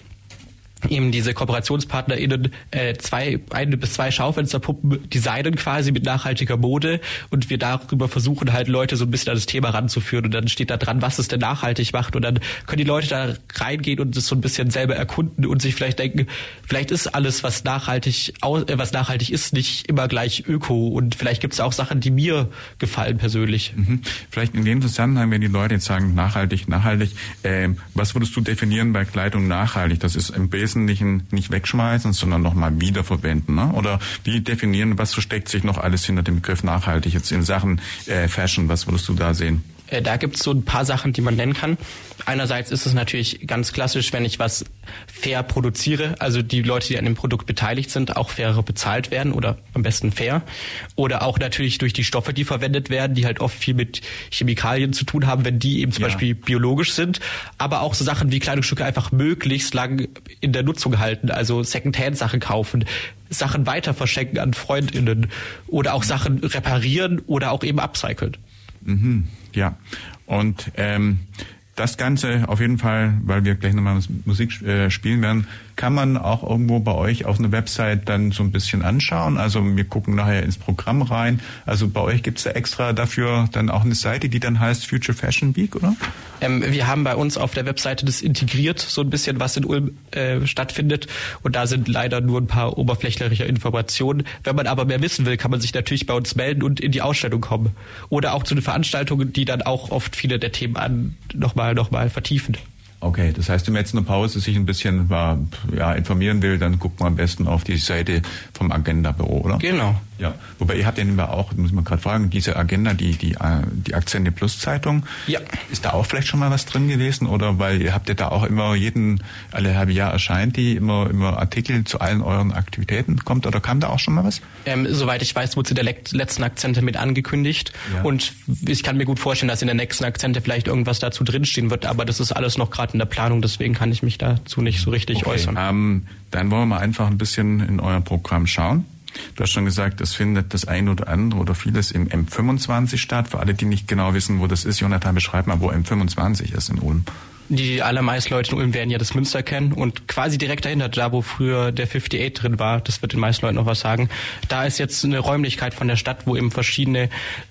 eben diese KooperationspartnerInnen äh, zwei, eine bis zwei Schaufensterpuppen designen quasi mit nachhaltiger Mode und wir darüber versuchen halt Leute so ein bisschen an das Thema ranzuführen und dann steht da dran, was es denn nachhaltig macht und dann können die Leute da reingehen und das so ein bisschen selber erkunden und sich vielleicht denken, vielleicht ist alles, was nachhaltig äh, was nachhaltig ist, nicht immer gleich öko und vielleicht gibt es auch Sachen, die mir gefallen persönlich. Mhm. Vielleicht in dem Zusammenhang, wenn die Leute jetzt sagen, nachhaltig, nachhaltig, äh, was würdest du definieren bei Kleidung nachhaltig? Das ist im Wesentlichen nicht wegschmeißen, sondern nochmal wiederverwenden, ne? Oder wie definieren, was versteckt sich noch alles hinter dem Begriff nachhaltig jetzt in Sachen äh, Fashion? Was würdest du da sehen? Da gibt es so ein paar Sachen, die man nennen kann. Einerseits ist es natürlich ganz klassisch, wenn ich was fair produziere, also die Leute, die an dem Produkt beteiligt sind, auch fairer bezahlt werden oder am besten fair. Oder auch natürlich durch die Stoffe, die verwendet werden, die halt oft viel mit Chemikalien zu tun haben, wenn die eben zum ja. Beispiel biologisch sind. Aber auch so Sachen wie Kleidungsstücke einfach möglichst lang in der Nutzung halten, also Secondhand-Sachen kaufen, Sachen weiter verschenken an FreundInnen oder auch Sachen reparieren oder auch eben upcyclen. Mhm. Ja, und ähm, das Ganze auf jeden Fall, weil wir gleich nochmal Musik äh, spielen werden, kann man auch irgendwo bei euch auf einer Website dann so ein bisschen anschauen. Also wir gucken nachher ins Programm rein. Also bei euch gibt es da extra dafür dann auch eine Seite, die dann heißt Future Fashion Week, oder? Ähm, wir haben bei uns auf der Webseite das integriert, so ein bisschen, was in Ulm äh, stattfindet. Und da sind leider nur ein paar oberflächliche Informationen. Wenn man aber mehr wissen will, kann man sich natürlich bei uns melden und in die Ausstellung kommen. Oder auch zu den Veranstaltungen, die dann auch oft viele der Themen an nochmal noch mal vertiefen. Okay, das heißt, wenn man jetzt in der Pause sich ein bisschen ja, informieren will, dann guckt man am besten auf die Seite vom Agenda-Büro, oder? Genau. Ja, wobei ihr habt ja auch, muss man gerade fragen, diese Agenda, die die die Akzente Plus Zeitung. Ja. Ist da auch vielleicht schon mal was drin gewesen oder weil ihr habt ja da auch immer jeden alle halbe Jahr erscheint die immer immer Artikel zu allen euren Aktivitäten kommt oder kam da auch schon mal was? Ähm, soweit ich weiß, wurde in der le- letzten Akzente mit angekündigt ja. Und ich kann mir gut vorstellen, dass in der nächsten Akzente vielleicht irgendwas dazu drinstehen wird, aber das ist alles noch gerade in der Planung, deswegen kann ich mich dazu nicht so richtig okay. äußern. Ähm, dann wollen wir mal einfach ein bisschen in euer Programm schauen. Du hast schon gesagt, es findet das eine oder andere oder vieles im M fünfundzwanzig statt. Für alle, die nicht genau wissen, wo das ist, Jonathan, beschreib mal, wo M fünfundzwanzig ist in Ulm. Die allermeisten Leute in Ulm werden ja das Münster kennen und quasi direkt dahinter, da wo früher der achtundfünfzig drin war, das wird den meisten Leuten noch was sagen, da ist jetzt eine Räumlichkeit von der Stadt, wo eben verschiedene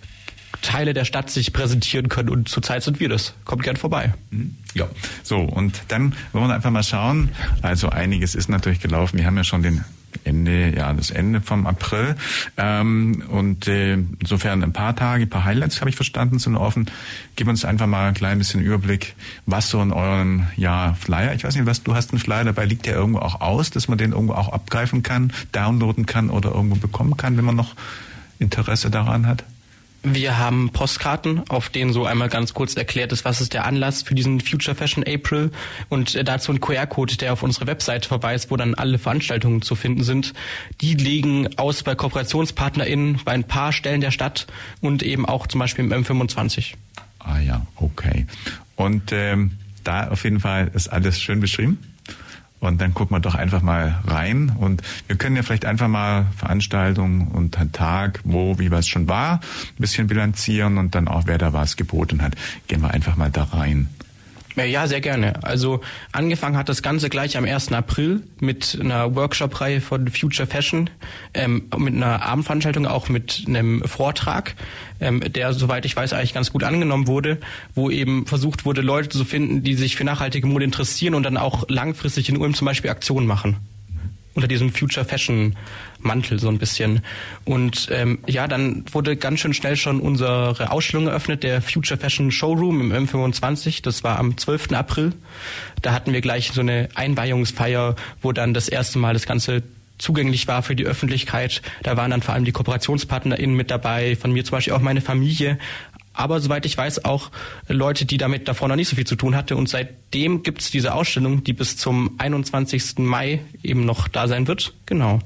Teile der Stadt sich präsentieren können und zurzeit sind wir das. Kommt gern vorbei. Ja, so und dann wollen wir einfach mal schauen. Also einiges ist natürlich gelaufen. Wir haben ja schon den Ende, ja, das Ende vom April. Ähm, und äh, insofern ein paar Tage, ein paar Highlights, habe ich verstanden, sind offen. Gib uns einfach mal ein klein bisschen Überblick, was so in eurem ja, Flyer, ich weiß nicht, was du hast einen Flyer dabei, liegt der irgendwo auch aus, dass man den irgendwo auch abgreifen kann, downloaden kann oder irgendwo bekommen kann, wenn man noch Interesse daran hat? Wir haben Postkarten, auf denen so einmal ganz kurz erklärt ist, was ist der Anlass für diesen Future Fashion April und dazu ein Q R-Code, der auf unsere Webseite verweist, wo dann alle Veranstaltungen zu finden sind. Die liegen aus bei KooperationspartnerInnen bei ein paar Stellen der Stadt und eben auch zum Beispiel im M fünfundzwanzig. Ah ja, okay. Und ähm, da auf jeden Fall ist alles schön beschrieben. Und dann gucken wir doch einfach mal rein. Und wir können ja vielleicht einfach mal Veranstaltungen und einen Tag, wo, wie was schon war, ein bisschen bilanzieren und dann auch, wer da was geboten hat. Gehen wir einfach mal da rein. Ja, sehr gerne. Also angefangen hat das Ganze gleich am ersten April mit einer Workshop-Reihe von Future Fashion, ähm, mit einer Abendveranstaltung, auch mit einem Vortrag, ähm, der, soweit ich weiß, eigentlich ganz gut angenommen wurde, wo eben versucht wurde, Leute zu finden, die sich für nachhaltige Mode interessieren und dann auch langfristig in Ulm zum Beispiel Aktionen machen. Unter diesem Future Fashion Mantel so ein bisschen. Und ähm, ja, dann wurde ganz schön schnell schon unsere Ausstellung eröffnet, der Future Fashion Showroom im M fünfundzwanzig. Das war am zwölften April. Da hatten wir gleich so eine Einweihungsfeier, wo dann das erste Mal das Ganze zugänglich war für die Öffentlichkeit. Da waren dann vor allem die KooperationspartnerInnen mit dabei, von mir zum Beispiel auch meine Familie. Aber soweit ich weiß, auch Leute, die damit davor noch nicht so viel zu tun hatten. Und seitdem gibt es diese Ausstellung, die bis zum einundzwanzigsten Mai eben noch da sein wird. Genau.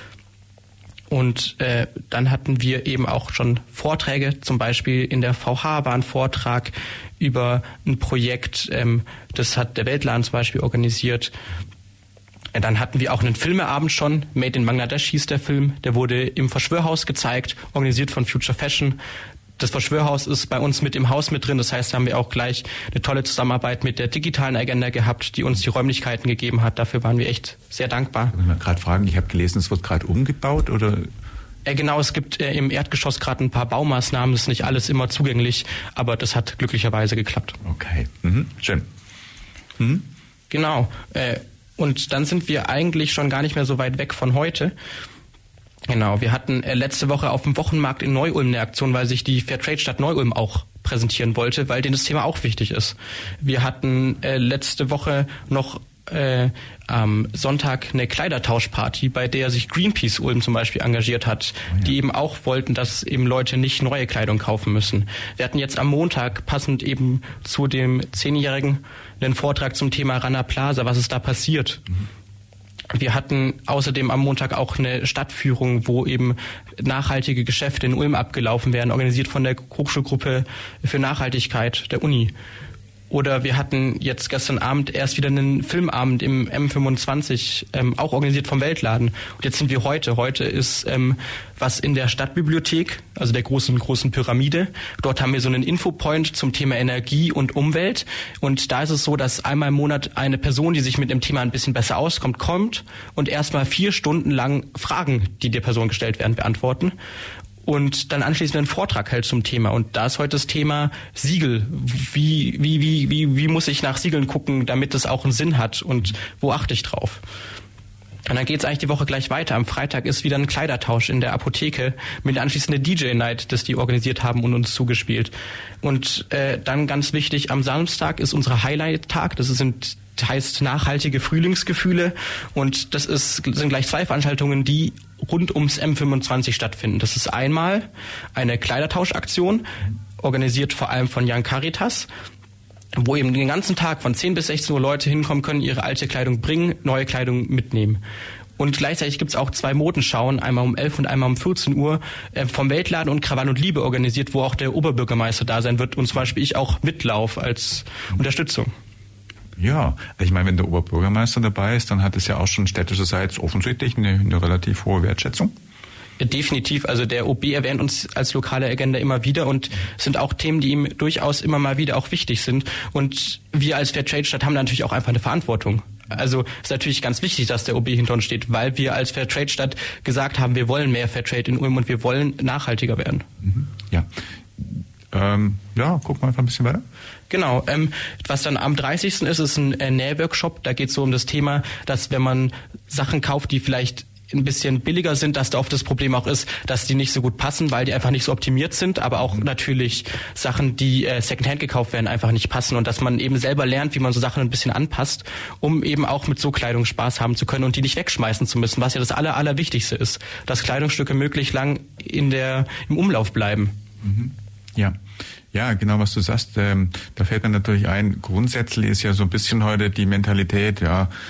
Und äh, dann hatten wir eben auch schon Vorträge. Zum Beispiel in der V H war ein Vortrag über ein Projekt, ähm, das hat der Weltladen zum Beispiel organisiert. Dann hatten wir auch einen Filmeabend schon. Made in Bangladesh hieß der Film. Der wurde im Verschwörhaus gezeigt, organisiert von Future Fashion. Das Verschwörhaus ist bei uns mit im Haus mit drin. Das heißt, da haben wir auch gleich eine tolle Zusammenarbeit mit der digitalen Agenda gehabt, die uns die Räumlichkeiten gegeben hat. Dafür waren wir echt sehr dankbar. Ich will mal gerade fragen, ich habe gelesen, es wird gerade umgebaut, oder? Äh, genau, es gibt äh, im Erdgeschoss gerade ein paar Baumaßnahmen. Das ist nicht alles immer zugänglich, aber das hat glücklicherweise geklappt. Okay, mhm. Schön. Mhm. Genau. Äh, und dann sind wir eigentlich schon gar nicht mehr so weit weg von heute. Genau, wir hatten äh, letzte Woche auf dem Wochenmarkt in Neu-Ulm eine Aktion, weil sich die Fairtrade-Stadt Neu-Ulm auch präsentieren wollte, weil denen das Thema auch wichtig ist. Wir hatten äh, letzte Woche noch äh, am Sonntag eine Kleidertauschparty, bei der sich Greenpeace Ulm zum Beispiel engagiert hat, oh ja. Die eben auch wollten, dass eben Leute nicht neue Kleidung kaufen müssen. Wir hatten jetzt am Montag, passend eben zu dem Zehnjährigen, einen Vortrag zum Thema Rana Plaza, was ist da passiert. Mhm. Wir hatten außerdem am Montag auch eine Stadtführung, wo eben nachhaltige Geschäfte in Ulm abgelaufen werden, organisiert von der Hochschulgruppe für Nachhaltigkeit der Uni. Oder wir hatten jetzt gestern Abend erst wieder einen Filmabend im M fünfundzwanzig, ähm, auch organisiert vom Weltladen. Und jetzt sind wir heute. Heute ist ähm, was in der Stadtbibliothek, also der großen großen Pyramide. Dort haben wir so einen Infopoint zum Thema Energie und Umwelt. Und da ist es so, dass einmal im Monat eine Person, die sich mit dem Thema ein bisschen besser auskommt, kommt und erstmal vier Stunden lang Fragen, die der Person gestellt werden, beantworten. Und dann anschließend einen Vortrag hält zum Thema. Und da ist heute das Thema Siegel. Wie, wie, wie, wie, wie muss ich nach Siegeln gucken, damit es auch einen Sinn hat? Und wo achte ich drauf? Und dann geht es eigentlich die Woche gleich weiter. Am Freitag ist wieder ein Kleidertausch in der Apotheke mit der anschließenden D J-Night, das die organisiert haben und uns zugespielt. Und äh, dann ganz wichtig, am Samstag ist unser Highlight-Tag. Das sind heißt nachhaltige Frühlingsgefühle. Und das ist, sind gleich zwei Veranstaltungen, die rund ums M fünfundzwanzig stattfinden. Das ist einmal eine Kleidertauschaktion, organisiert vor allem von Young Caritas, wo eben den ganzen Tag von zehn bis sechzehn Uhr Leute hinkommen können, ihre alte Kleidung bringen, neue Kleidung mitnehmen. Und gleichzeitig gibt es auch zwei Modenschauen, einmal um elf und einmal um vierzehn Uhr, äh, vom Weltladen und Krawall und Liebe organisiert, wo auch der Oberbürgermeister da sein wird und zum Beispiel ich auch mitlaufe als Unterstützung. Ja, ich meine, wenn der Oberbürgermeister dabei ist, dann hat es ja auch schon städtischerseits offensichtlich eine, eine relativ hohe Wertschätzung. Definitiv, also der O B erwähnt uns als lokale Agenda immer wieder und es sind auch Themen, die ihm durchaus immer mal wieder auch wichtig sind. Und wir als Fairtrade-Stadt haben natürlich auch einfach eine Verantwortung. Also ist natürlich ganz wichtig, dass der O B hinter uns steht, weil wir als Fairtrade-Stadt gesagt haben, wir wollen mehr Fairtrade in Ulm und wir wollen nachhaltiger werden. Mhm. Ja. Ähm, ja, guck mal einfach ein bisschen weiter. Genau. Ähm, was dann am dreißigsten ist, ist ein äh, Nähworkshop. Da geht es so um das Thema, dass wenn man Sachen kauft, die vielleicht ein bisschen billiger sind, dass da oft das Problem auch ist, dass die nicht so gut passen, weil die einfach nicht so optimiert sind, aber auch natürlich Sachen, die äh, Secondhand gekauft werden, einfach nicht passen und dass man eben selber lernt, wie man so Sachen ein bisschen anpasst, um eben auch mit so Kleidung Spaß haben zu können und die nicht wegschmeißen zu müssen, was ja das aller, allerwichtigste ist, dass Kleidungsstücke möglichst lang in der, im Umlauf bleiben. Mhm. Ja. Ja, genau, was du sagst, ähm, da fällt mir natürlich ein, grundsätzlich ist ja so ein bisschen heute die Mentalität, ja,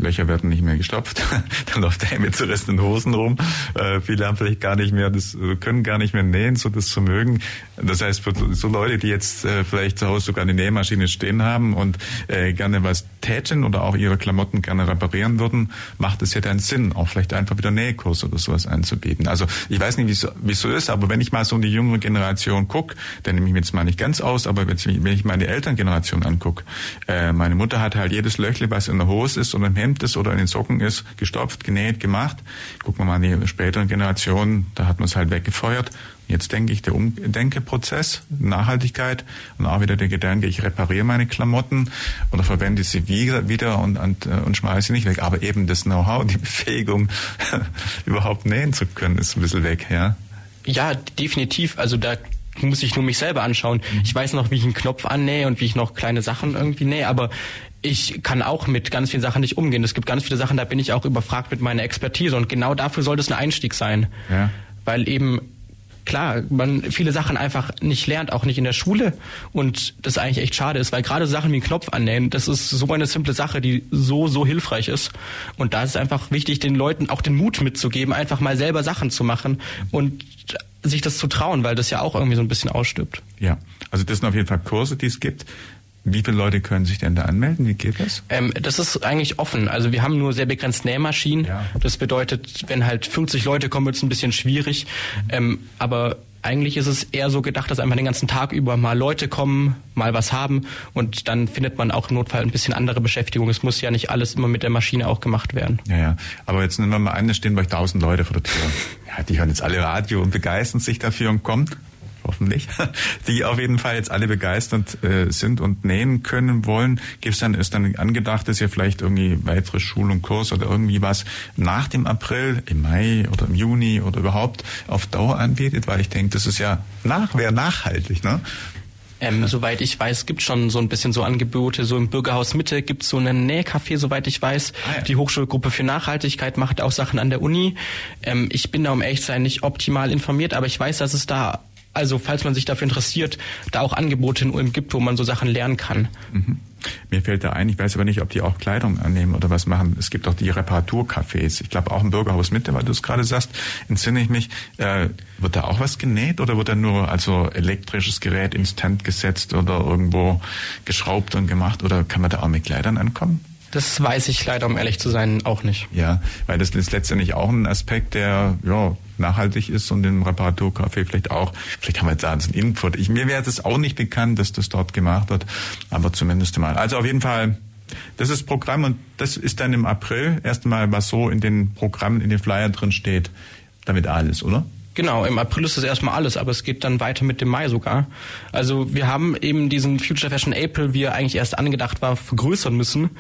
Löcher werden nicht mehr gestopft, dann läuft der mit zerrissenen Hosen rum. Äh, viele haben vielleicht gar nicht mehr, das können gar nicht mehr nähen, so das Vermögen. Das heißt, für so Leute, die jetzt äh, vielleicht zu Hause sogar eine Nähmaschine stehen haben und äh, gerne was täten oder auch ihre Klamotten gerne reparieren würden, macht es ja dann Sinn, auch vielleicht einfach wieder Nähkurs oder sowas anzubieten. Also ich weiß nicht, wie es so ist, aber wenn ich mal so in die jüngere Generation gucke, dann nehme ich mir jetzt mal nicht ganz aus, aber wenn ich meine Elterngeneration angucke, äh, meine Mutter hat halt jedes Löchle, was in der Hose ist oder im Hemd ist oder in den Socken ist, gestopft, genäht, gemacht. Gucken wir mal in die späteren Generationen, da hat man es halt weggefeuert. Jetzt denke ich, der Umdenkeprozess, Nachhaltigkeit und auch wieder der Gedanke, ich repariere meine Klamotten oder verwende sie wieder, wieder und, und, und schmeiße sie nicht weg. Aber eben das Know-how, die Befähigung, überhaupt nähen zu können, ist ein bisschen weg, ja? Ja, definitiv. Also da muss ich nur mich selber anschauen. Ich weiß noch, wie ich einen Knopf annähe und wie ich noch kleine Sachen irgendwie nähe, aber ich kann auch mit ganz vielen Sachen nicht umgehen. Es gibt ganz viele Sachen, da bin ich auch überfragt mit meiner Expertise und genau dafür sollte es ein Einstieg sein. Ja. Weil eben klar, man viele Sachen einfach nicht lernt, auch nicht in der Schule und das eigentlich echt schade ist, weil gerade Sachen wie einen Knopf annähen, das ist so eine simple Sache, die so, so hilfreich ist und da ist es einfach wichtig, den Leuten auch den Mut mitzugeben, einfach mal selber Sachen zu machen und sich das zu trauen, weil das ja auch irgendwie so ein bisschen ausstirbt. Ja, also das sind auf jeden Fall Kurse, die es gibt. Wie viele Leute können sich denn da anmelden? Wie geht das? Ähm, das ist eigentlich offen. Also wir haben nur sehr begrenzt Nähmaschinen. Ja. Das bedeutet, wenn halt fünfzig Leute kommen, wird es ein bisschen schwierig. Mhm. Ähm, aber eigentlich ist es eher so gedacht, dass einfach den ganzen Tag über mal Leute kommen, mal was haben und dann findet man auch im Notfall ein bisschen andere Beschäftigung. Es muss ja nicht alles immer mit der Maschine auch gemacht werden. Ja, ja. Aber jetzt nehmen wir mal an, es stehen bei euch tausend Leute vor der Tür. Ja, die hören jetzt alle Radio und begeistern sich dafür und kommen. Hoffentlich, die auf jeden Fall jetzt alle begeistert äh, sind und nähen können wollen. Gibt es dann, ist dann angedacht, dass ihr vielleicht irgendwie weitere Schulung, Kurs oder irgendwie was nach dem April, im Mai oder im Juni oder überhaupt auf Dauer anbietet? Weil ich denke, das ist ja nach, wäre nachhaltig, ne? Ähm, soweit ich weiß, gibt schon so ein bisschen so Angebote. So im Bürgerhaus Mitte gibt es so einen Nähcafé, soweit ich weiß. Ah, ja. Die Hochschulgruppe für Nachhaltigkeit macht auch Sachen an der Uni. Ähm, ich bin da, um ehrlich zu sein, nicht optimal informiert, aber ich weiß, dass es da, also falls man sich dafür interessiert, da auch Angebote in Ulm gibt, wo man so Sachen lernen kann. Mhm. Mir fällt da ein, ich weiß aber nicht, ob die auch Kleidung annehmen oder was machen. Es gibt auch die Reparaturcafés. Ich glaube auch im Bürgerhaus Mitte, weil du es gerade sagst, entsinne ich mich. Äh, wird da auch was genäht oder wird da nur also elektrisches Gerät instant gesetzt oder irgendwo geschraubt und gemacht oder kann man da auch mit Kleidern ankommen? Das weiß ich leider, um ehrlich zu sein, auch nicht. Ja, weil das ist letztendlich auch ein Aspekt, der ja nachhaltig ist und im Reparaturcafé vielleicht auch. Vielleicht haben wir jetzt da einen Input. Ich, mir wäre es auch nicht bekannt, dass das dort gemacht wird, aber zumindest mal. Also auf jeden Fall, das ist Programm und das ist dann im April erstmal, was so in den Programmen, in den Flyer drin steht, damit alles, oder? Genau, im April ist das erstmal alles, aber es geht dann weiter mit dem Mai sogar. Also wir haben eben diesen Future Fashion April, wie er eigentlich erst angedacht war, vergrößern müssen,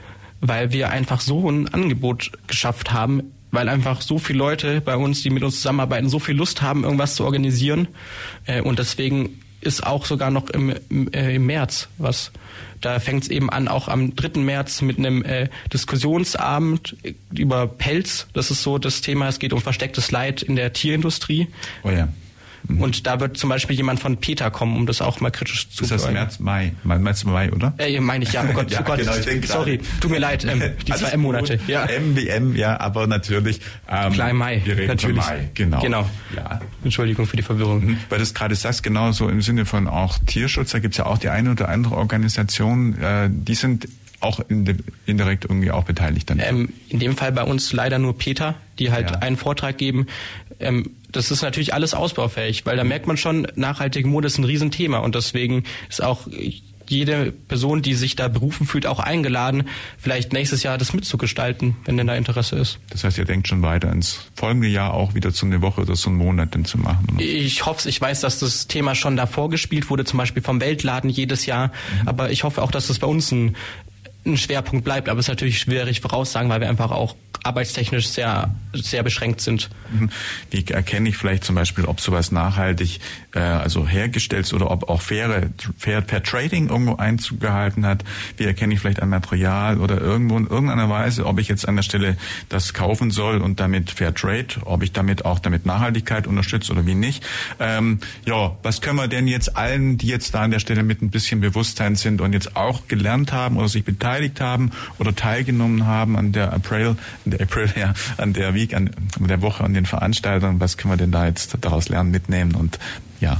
weil wir einfach so ein Angebot geschafft haben, weil einfach so viele Leute bei uns, die mit uns zusammenarbeiten, so viel Lust haben, irgendwas zu organisieren. Und deswegen ist auch sogar noch im, im, äh, im März was. Da fängt es eben an, auch am dritten März mit einem äh, Diskussionsabend über Pelz. Das ist so das Thema. Es geht um verstecktes Leid in der Tierindustrie. Oh ja. Mhm. Und da wird zum Beispiel jemand von PETA kommen, um das auch mal kritisch zu beurteilen. Ist das März, Mai? Meinst du Mai, oder? Äh, meine ich, ja. Oh Gott, ja, oh Gott. Genau, sorry, tut mir leid. Ähm, die zwei M-Monate. Ja. M wie M, ja, aber natürlich. Ähm, Klar, im Mai. Wir reden natürlich. Von Mai, genau. Genau. Ja. Entschuldigung für die Verwirrung. Mhm. Weil du es gerade sagst, genau so im Sinne von auch Tierschutz, da gibt's ja auch die eine oder andere Organisation, äh, die sind auch indirekt irgendwie auch beteiligt dann? Ähm, in dem Fall bei uns leider nur PETA, die halt ja. einen Vortrag geben. Ähm, das ist natürlich alles ausbaufähig, weil da merkt man schon, nachhaltige Mode ist ein Riesenthema und deswegen ist auch jede Person, die sich da berufen fühlt, auch eingeladen, vielleicht nächstes Jahr das mitzugestalten, wenn denn da Interesse ist. Das heißt, ihr denkt schon weiter ins folgende Jahr auch wieder so eine Woche oder so einen Monat dann zu machen? Oder? Ich hoffe, ich weiß, dass das Thema schon davor gespielt wurde, zum Beispiel vom Weltladen jedes Jahr, mhm. aber ich hoffe auch, dass das bei uns ein ein Schwerpunkt bleibt, aber es ist natürlich schwierig voraussagen, weil wir einfach auch arbeitstechnisch sehr, sehr beschränkt sind. Wie erkenne ich vielleicht zum Beispiel, ob sowas nachhaltig äh, also hergestellt ist oder ob auch faire, fair, fair Trading irgendwo Einzug gehalten hat? Wie erkenne ich vielleicht ein Material oder irgendwo in irgendeiner Weise, ob ich jetzt an der Stelle das kaufen soll und damit Fair Trade, ob ich damit auch damit Nachhaltigkeit unterstütze oder wie nicht? Ähm, ja, was können wir denn jetzt allen, die jetzt da an der Stelle mit ein bisschen Bewusstsein sind und jetzt auch gelernt haben oder sich beteiligt haben oder teilgenommen haben an der April, an der April, ja, an der Week, an der Woche, an den Veranstaltungen, was können wir denn da jetzt daraus lernen, mitnehmen und ja.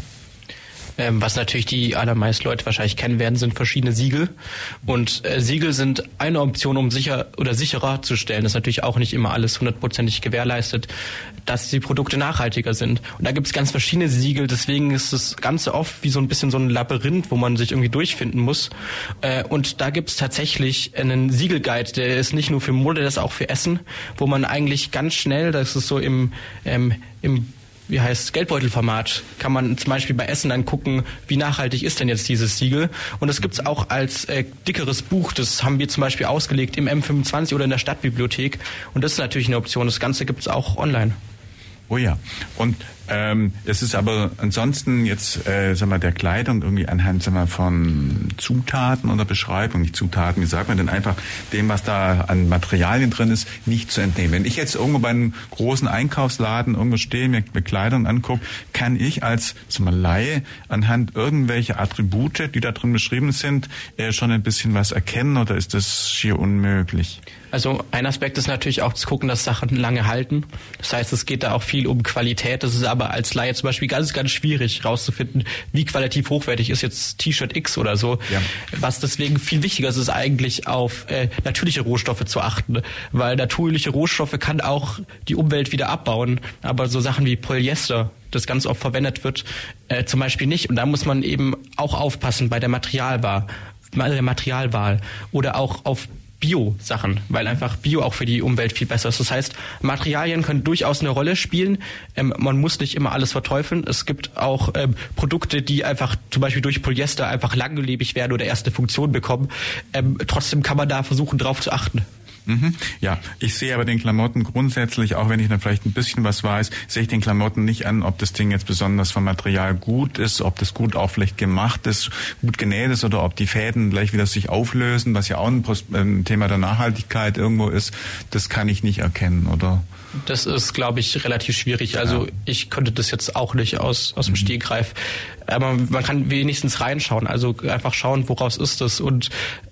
Ähm, was natürlich die allermeisten Leute wahrscheinlich kennen werden, sind verschiedene Siegel. Und äh, Siegel sind eine Option, um sicher oder sicherer zu stellen. Das ist natürlich auch nicht immer alles hundertprozentig gewährleistet, dass die Produkte nachhaltiger sind. Und da gibt es ganz verschiedene Siegel. Deswegen ist das Ganze oft wie so ein bisschen so ein Labyrinth, wo man sich irgendwie durchfinden muss. Äh, und da gibt es tatsächlich einen Siegelguide, der ist nicht nur für Mode, der ist auch für Essen, wo man eigentlich ganz schnell, das ist so im, ähm, im wie heißt Geldbeutelformat, kann man zum Beispiel bei Essen dann gucken, wie nachhaltig ist denn jetzt dieses Siegel. Und das gibt's auch als äh, dickeres Buch, das haben wir zum Beispiel ausgelegt im M fünfundzwanzig oder in der Stadtbibliothek. Und das ist natürlich eine Option, das Ganze gibt's auch online. Oh ja, und ähm, es ist aber ansonsten jetzt, äh, sag mal, der Kleidung irgendwie anhand, sag mal, von Zutaten oder Beschreibung, nicht Zutaten, wie sagt man denn, einfach dem, was da an Materialien drin ist, nicht zu entnehmen. Wenn ich jetzt irgendwo bei einem großen Einkaufsladen irgendwo stehe, mir Bekleidung angucke, kann ich als, sag mal, Laie anhand irgendwelcher Attribute, die da drin beschrieben sind, äh, schon ein bisschen was erkennen oder ist das schier unmöglich? Also ein Aspekt ist natürlich auch zu gucken, dass Sachen lange halten. Das heißt, es geht da auch viel um Qualität. Das ist aber als Laie zum Beispiel ganz, ganz schwierig rauszufinden, wie qualitativ hochwertig ist jetzt T-Shirt X oder so. Ja. Was deswegen viel wichtiger ist, ist eigentlich auf äh, natürliche Rohstoffe zu achten. Weil natürliche Rohstoffe kann auch die Umwelt wieder abbauen. Aber so Sachen wie Polyester, das ganz oft verwendet wird, äh, zum Beispiel nicht. Und da muss man eben auch aufpassen bei der Materialwahl, bei der Materialwahl oder auch auf Bio-Sachen, weil einfach Bio auch für die Umwelt viel besser ist. Das heißt, Materialien können durchaus eine Rolle spielen. Ähm, man muss nicht immer alles verteufeln. Es gibt auch ähm, Produkte, die einfach zum Beispiel durch Polyester einfach langlebig werden oder erst eine Funktion bekommen. Ähm, trotzdem kann man da versuchen, drauf zu achten. Mhm. Ja, ich sehe aber den Klamotten grundsätzlich, auch wenn ich dann vielleicht ein bisschen was weiß, sehe ich den Klamotten nicht an, ob das Ding jetzt besonders vom Material gut ist, ob das gut auch vielleicht gemacht ist, gut genäht ist oder ob die Fäden gleich wieder sich auflösen, was ja auch ein, ein Thema der Nachhaltigkeit irgendwo ist. Das kann ich nicht erkennen, oder? Das ist, glaube ich, relativ schwierig. Also ja. Ich könnte das jetzt auch nicht aus, aus dem mhm. Stegreif. Aber man kann wenigstens reinschauen, also einfach schauen, woraus ist das. Und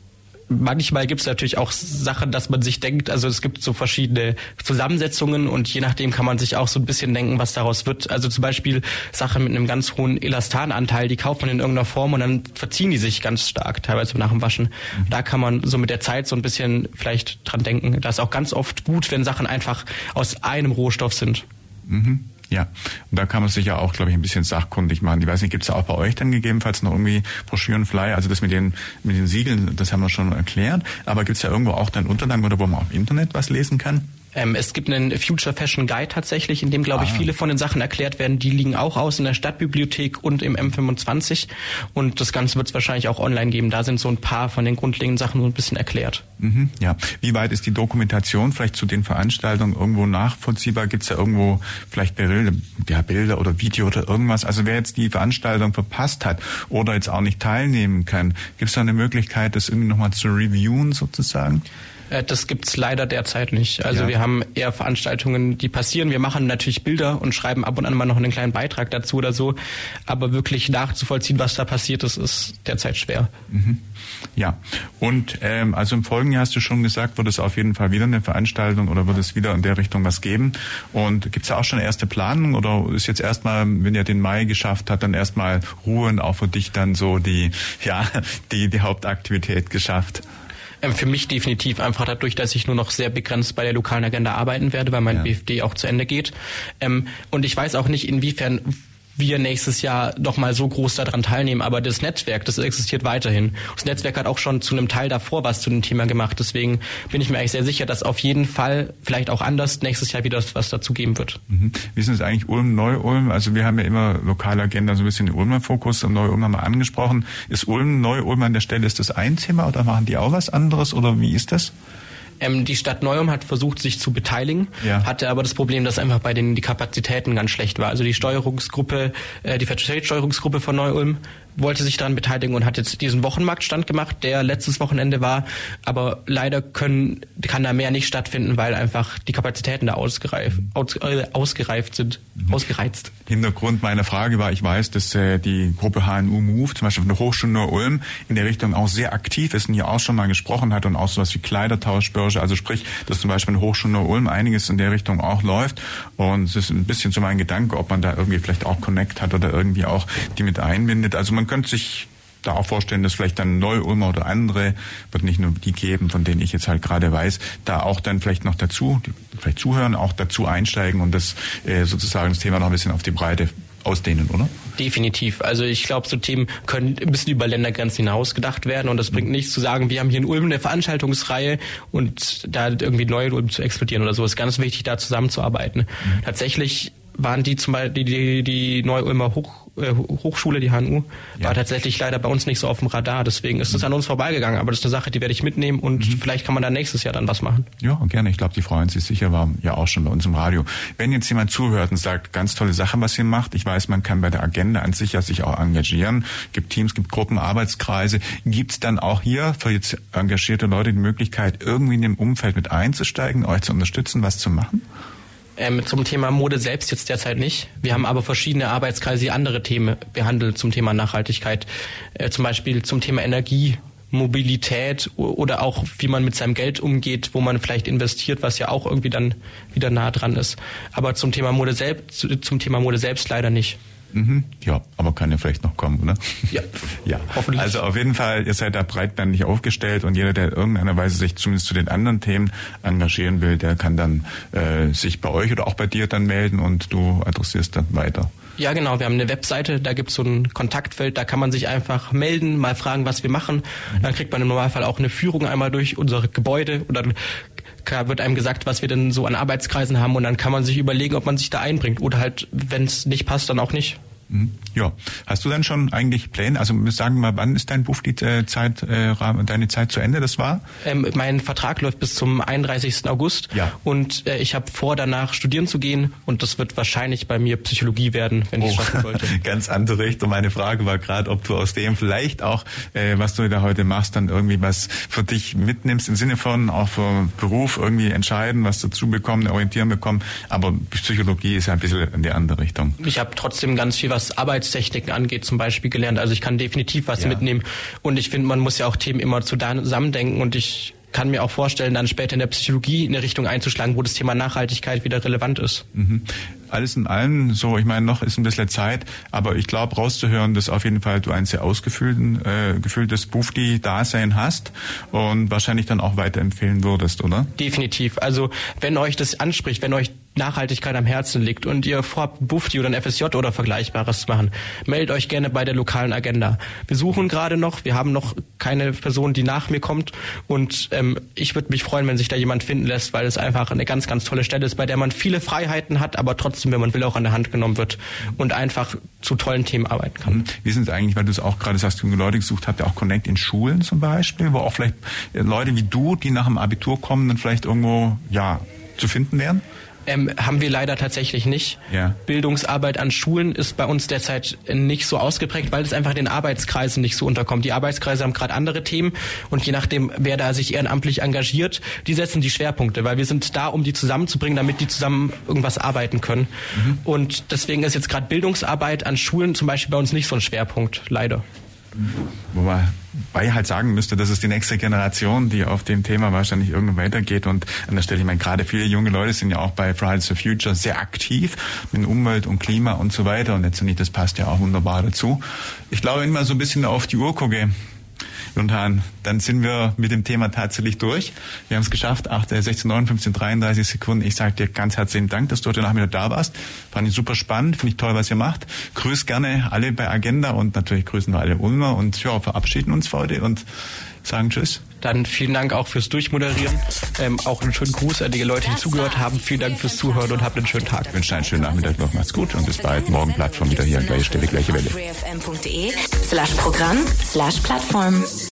manchmal gibt es natürlich auch Sachen, dass man sich denkt, also es gibt so verschiedene Zusammensetzungen und je nachdem kann man sich auch so ein bisschen denken, was daraus wird. Also zum Beispiel Sachen mit einem ganz hohen Elastananteil, die kauft man in irgendeiner Form und dann verziehen die sich ganz stark, teilweise nach dem Waschen. Mhm. Da kann man so mit der Zeit so ein bisschen vielleicht dran denken. Das ist auch ganz oft gut, wenn Sachen einfach aus einem Rohstoff sind. Mhm. Ja, und da kann man sich ja auch, glaube ich, ein bisschen sachkundig machen. Ich weiß nicht, gibt es auch bei euch dann gegebenenfalls noch irgendwie Broschüren, Flyer? Also das mit den mit den Siegeln, das haben wir schon erklärt. Aber gibt es ja irgendwo auch dann Unterlagen oder wo man auf Internet was lesen kann? Ähm, es gibt einen Future Fashion Guide tatsächlich, in dem, glaube ich, ah. viele von den Sachen erklärt werden. Die liegen auch aus in der Stadtbibliothek und im M fünfundzwanzig. Und das Ganze wird es wahrscheinlich auch online geben. Da sind so ein paar von den grundlegenden Sachen so ein bisschen erklärt. Mhm, ja. Wie weit ist die Dokumentation vielleicht zu den Veranstaltungen irgendwo nachvollziehbar? Gibt es da irgendwo vielleicht Bilder, ja, Bilder oder Video oder irgendwas? Also wer jetzt die Veranstaltung verpasst hat oder jetzt auch nicht teilnehmen kann, gibt es da eine Möglichkeit, das irgendwie nochmal zu reviewen sozusagen? Das gibt's leider derzeit nicht. Also ja. Wir haben eher Veranstaltungen, die passieren. Wir machen natürlich Bilder und schreiben ab und an mal noch einen kleinen Beitrag dazu oder so. Aber wirklich nachzuvollziehen, was da passiert ist, ist derzeit schwer. Mhm. Ja, und ähm, also im folgenden Jahr hast du schon gesagt, wird es auf jeden Fall wieder eine Veranstaltung oder wird es wieder in der Richtung was geben? Und gibt's da auch schon erste Planungen oder ist jetzt erstmal, wenn ihr den Mai geschafft habt, dann erstmal Ruhe und auch für dich dann so die, ja, die, die Hauptaktivität geschafft? Für mich definitiv einfach dadurch, dass ich nur noch sehr begrenzt bei der lokalen Agenda arbeiten werde, weil mein ja. B F D auch zu Ende geht. Und ich weiß auch nicht, inwiefern wir nächstes Jahr noch mal so groß daran teilnehmen, aber das Netzwerk, das existiert weiterhin. Das Netzwerk hat auch schon zu einem Teil davor was zu dem Thema gemacht, deswegen bin ich mir eigentlich sehr sicher, dass auf jeden Fall, vielleicht auch anders, nächstes Jahr wieder was dazu geben wird. Mhm. Wie ist es eigentlich Ulm, Neu-Ulm? Also wir haben ja immer lokale Agenda, so ein bisschen den Ulmer Fokus, und Neu-Ulm haben wir angesprochen. Ist Ulm, Neu-Ulm an der Stelle, ist das ein Thema oder machen die auch was anderes oder wie ist das? Ähm, die Stadt Neu-Ulm hat versucht, sich zu beteiligen, ja. hatte aber das Problem, dass einfach bei denen die Kapazitäten ganz schlecht war. Also die Steuerungsgruppe, äh, die Fairtrade-Steuerungsgruppe von Neu-Ulm wollte sich daran beteiligen und hat jetzt diesen Wochenmarktstand gemacht, der letztes Wochenende war. Aber leider können, kann da mehr nicht stattfinden, weil einfach die Kapazitäten da ausgereift, aus, äh, ausgereift sind, mhm. ausgereizt. Hintergrund meiner Frage war, ich weiß, dass äh, die Gruppe H N U Move, zum Beispiel von der Hochschule Neu-Ulm, in der Richtung auch sehr aktiv ist und hier auch schon mal gesprochen hat und auch sowas wie Kleidertauschbörse. Also sprich, dass zum Beispiel in der Hochschule Neu-Ulm einiges in der Richtung auch läuft. Und es ist ein bisschen so mein Gedanke, ob man da irgendwie vielleicht auch Connect hat oder irgendwie auch die mit einbindet. Also man könnte sich da auch vorstellen, dass vielleicht dann Neu-Ulmer oder andere, wird nicht nur die geben, von denen ich jetzt halt gerade weiß, da auch dann vielleicht noch dazu, vielleicht zuhören, auch dazu einsteigen und das äh, sozusagen das Thema noch ein bisschen auf die Breite ausdehnen, oder? Definitiv. Also ich glaube, so Themen können ein bisschen über Ländergrenzen hinaus gedacht werden und das bringt mhm. nichts zu sagen, wir haben hier in Ulm eine Veranstaltungsreihe und da irgendwie Neu-Ulm zu explodieren oder so. Es ist ganz wichtig, da zusammenzuarbeiten. Mhm. Tatsächlich waren die zum Beispiel die, die, die Neu-Ulmer Hoch, äh, Hochschule, die H N U, ja. war tatsächlich leider bei uns nicht so auf dem Radar. Deswegen ist es an uns vorbeigegangen. Aber das ist eine Sache, die werde ich mitnehmen und mhm. vielleicht kann man dann nächstes Jahr dann was machen. Ja, gerne. Ich glaube, die freuen sich sicher, war ja auch schon bei uns im Radio. Wenn jetzt jemand zuhört und sagt, ganz tolle Sache, was ihr macht, ich weiß, man kann bei der Agenda an sich ja sich auch engagieren, gibt Teams, gibt Gruppen, Arbeitskreise, gibt es dann auch hier für jetzt engagierte Leute die Möglichkeit, irgendwie in dem Umfeld mit einzusteigen, euch zu unterstützen, was zu machen? Ähm, zum Thema Mode selbst jetzt derzeit nicht. Wir haben aber verschiedene Arbeitskreise, die andere Themen behandeln zum Thema Nachhaltigkeit. Äh, zum Beispiel zum Thema Energie, Mobilität oder auch wie man mit seinem Geld umgeht, wo man vielleicht investiert, was ja auch irgendwie dann wieder nah dran ist. Aber zum Thema Mode selbst, zum Thema Mode selbst leider nicht. Mhm. Ja, aber kann ja vielleicht noch kommen, oder? Ja, ja. Hoffentlich. Also auf jeden Fall, ihr seid da breitbandig aufgestellt und jeder, der in irgendeiner Weise sich zumindest zu den anderen Themen engagieren will, der kann dann äh, sich bei euch oder auch bei dir dann melden und du adressierst dann weiter. Ja, genau. Wir haben eine Webseite, da gibt es so ein Kontaktfeld, da kann man sich einfach melden, mal fragen, was wir machen. Dann kriegt man im Normalfall auch eine Führung einmal durch unsere Gebäude und dann wird einem gesagt, was wir denn so an Arbeitskreisen haben und dann kann man sich überlegen, ob man sich da einbringt oder halt, wenn es nicht passt, dann auch nicht. Ja, hast du dann schon eigentlich Pläne? Also sagen wir mal, wann ist dein Buch die Zeit, äh, deine Zeit zu Ende? Das war? Ähm, mein Vertrag läuft bis zum einunddreißigsten August ja. und äh, ich habe vor, danach studieren zu gehen und das wird wahrscheinlich bei mir Psychologie werden, wenn oh. ich es schaffen sollte. Ganz andere Richtung. Meine Frage war gerade, ob du aus dem vielleicht auch, äh, was du da heute machst, dann irgendwie was für dich mitnimmst, im Sinne von auch für Beruf irgendwie entscheiden, was dazu bekommen, orientieren bekommen. Aber Psychologie ist ja ein bisschen in die andere Richtung. Ich habe trotzdem ganz viel, was Arbeitstechniken angeht, zum Beispiel gelernt. Also ich kann definitiv was ja. mitnehmen. Und ich finde, man muss ja auch Themen immer zusammendenken. Und ich kann mir auch vorstellen, dann später in der Psychologie in eine Richtung einzuschlagen, wo das Thema Nachhaltigkeit wieder relevant ist. Mhm. Alles in allem, so, ich meine, noch ist ein bisschen Zeit, aber ich glaube, rauszuhören, dass auf jeden Fall du ein sehr ausgefüllten, äh, gefülltes Bufdi-Dasein hast und wahrscheinlich dann auch weiterempfehlen würdest, oder? Definitiv. Also, wenn euch das anspricht, wenn euch Nachhaltigkeit am Herzen liegt und ihr vorhabt, Bufdi oder ein F S J oder Vergleichbares zu machen, meldet euch gerne bei der lokalen Agenda. Wir suchen gerade noch, wir haben noch keine Person, die nach mir kommt und ähm, ich würde mich freuen, wenn sich da jemand finden lässt, weil es einfach eine ganz, ganz tolle Stelle ist, bei der man viele Freiheiten hat, aber trotzdem, wenn man will, auch an der Hand genommen wird und einfach zu tollen Themen arbeiten kann. Wie sind es eigentlich, weil du es auch gerade sagst, junge Leute gesucht, habt ihr auch Connect in Schulen zum Beispiel, wo auch vielleicht Leute wie du, die nach dem Abitur kommen, dann vielleicht irgendwo, ja, zu finden wären? Ähm, haben wir leider tatsächlich nicht. Ja. Bildungsarbeit an Schulen ist bei uns derzeit nicht so ausgeprägt, weil es einfach den Arbeitskreisen nicht so unterkommt. Die Arbeitskreise haben gerade andere Themen und je nachdem, wer da sich ehrenamtlich engagiert, die setzen die Schwerpunkte, weil wir sind da, um die zusammenzubringen, damit die zusammen irgendwas arbeiten können. Mhm. Und deswegen ist jetzt gerade Bildungsarbeit an Schulen zum Beispiel bei uns nicht so ein Schwerpunkt, leider. Wobei halt sagen müsste, das ist die nächste Generation, die auf dem Thema wahrscheinlich irgendwann weitergeht und an der Stelle, ich meine, gerade viele junge Leute sind ja auch bei Fridays for Future sehr aktiv mit Umwelt und Klima und so weiter und letztendlich, das passt ja auch wunderbar dazu. Ich glaube, wenn ich mal so ein bisschen auf die Uhr gucke, Jonathan, dann sind wir mit dem Thema tatsächlich durch. Wir haben es geschafft, sechzehn Uhr neunundfünfzig, dreiunddreißig Sekunden. Ich sage dir ganz herzlichen Dank, dass du heute Nachmittag da warst. Fand ich super spannend, finde ich toll, was ihr macht. Grüß gerne alle bei Agenda und natürlich grüßen wir alle Ulmer und ja, verabschieden uns für heute und sagen Tschüss. Dann vielen Dank auch fürs Durchmoderieren. Ähm, auch einen schönen Gruß an die Leute, die zugehört haben. Vielen Dank fürs Zuhören und habt einen schönen Tag. Ich wünsche einen schönen Nachmittag noch. Macht's gut und bis bald. Morgen Plattform wieder hier an gleicher Stelle, gleiche Welle. freefm punkt de slash Programm slash Plattform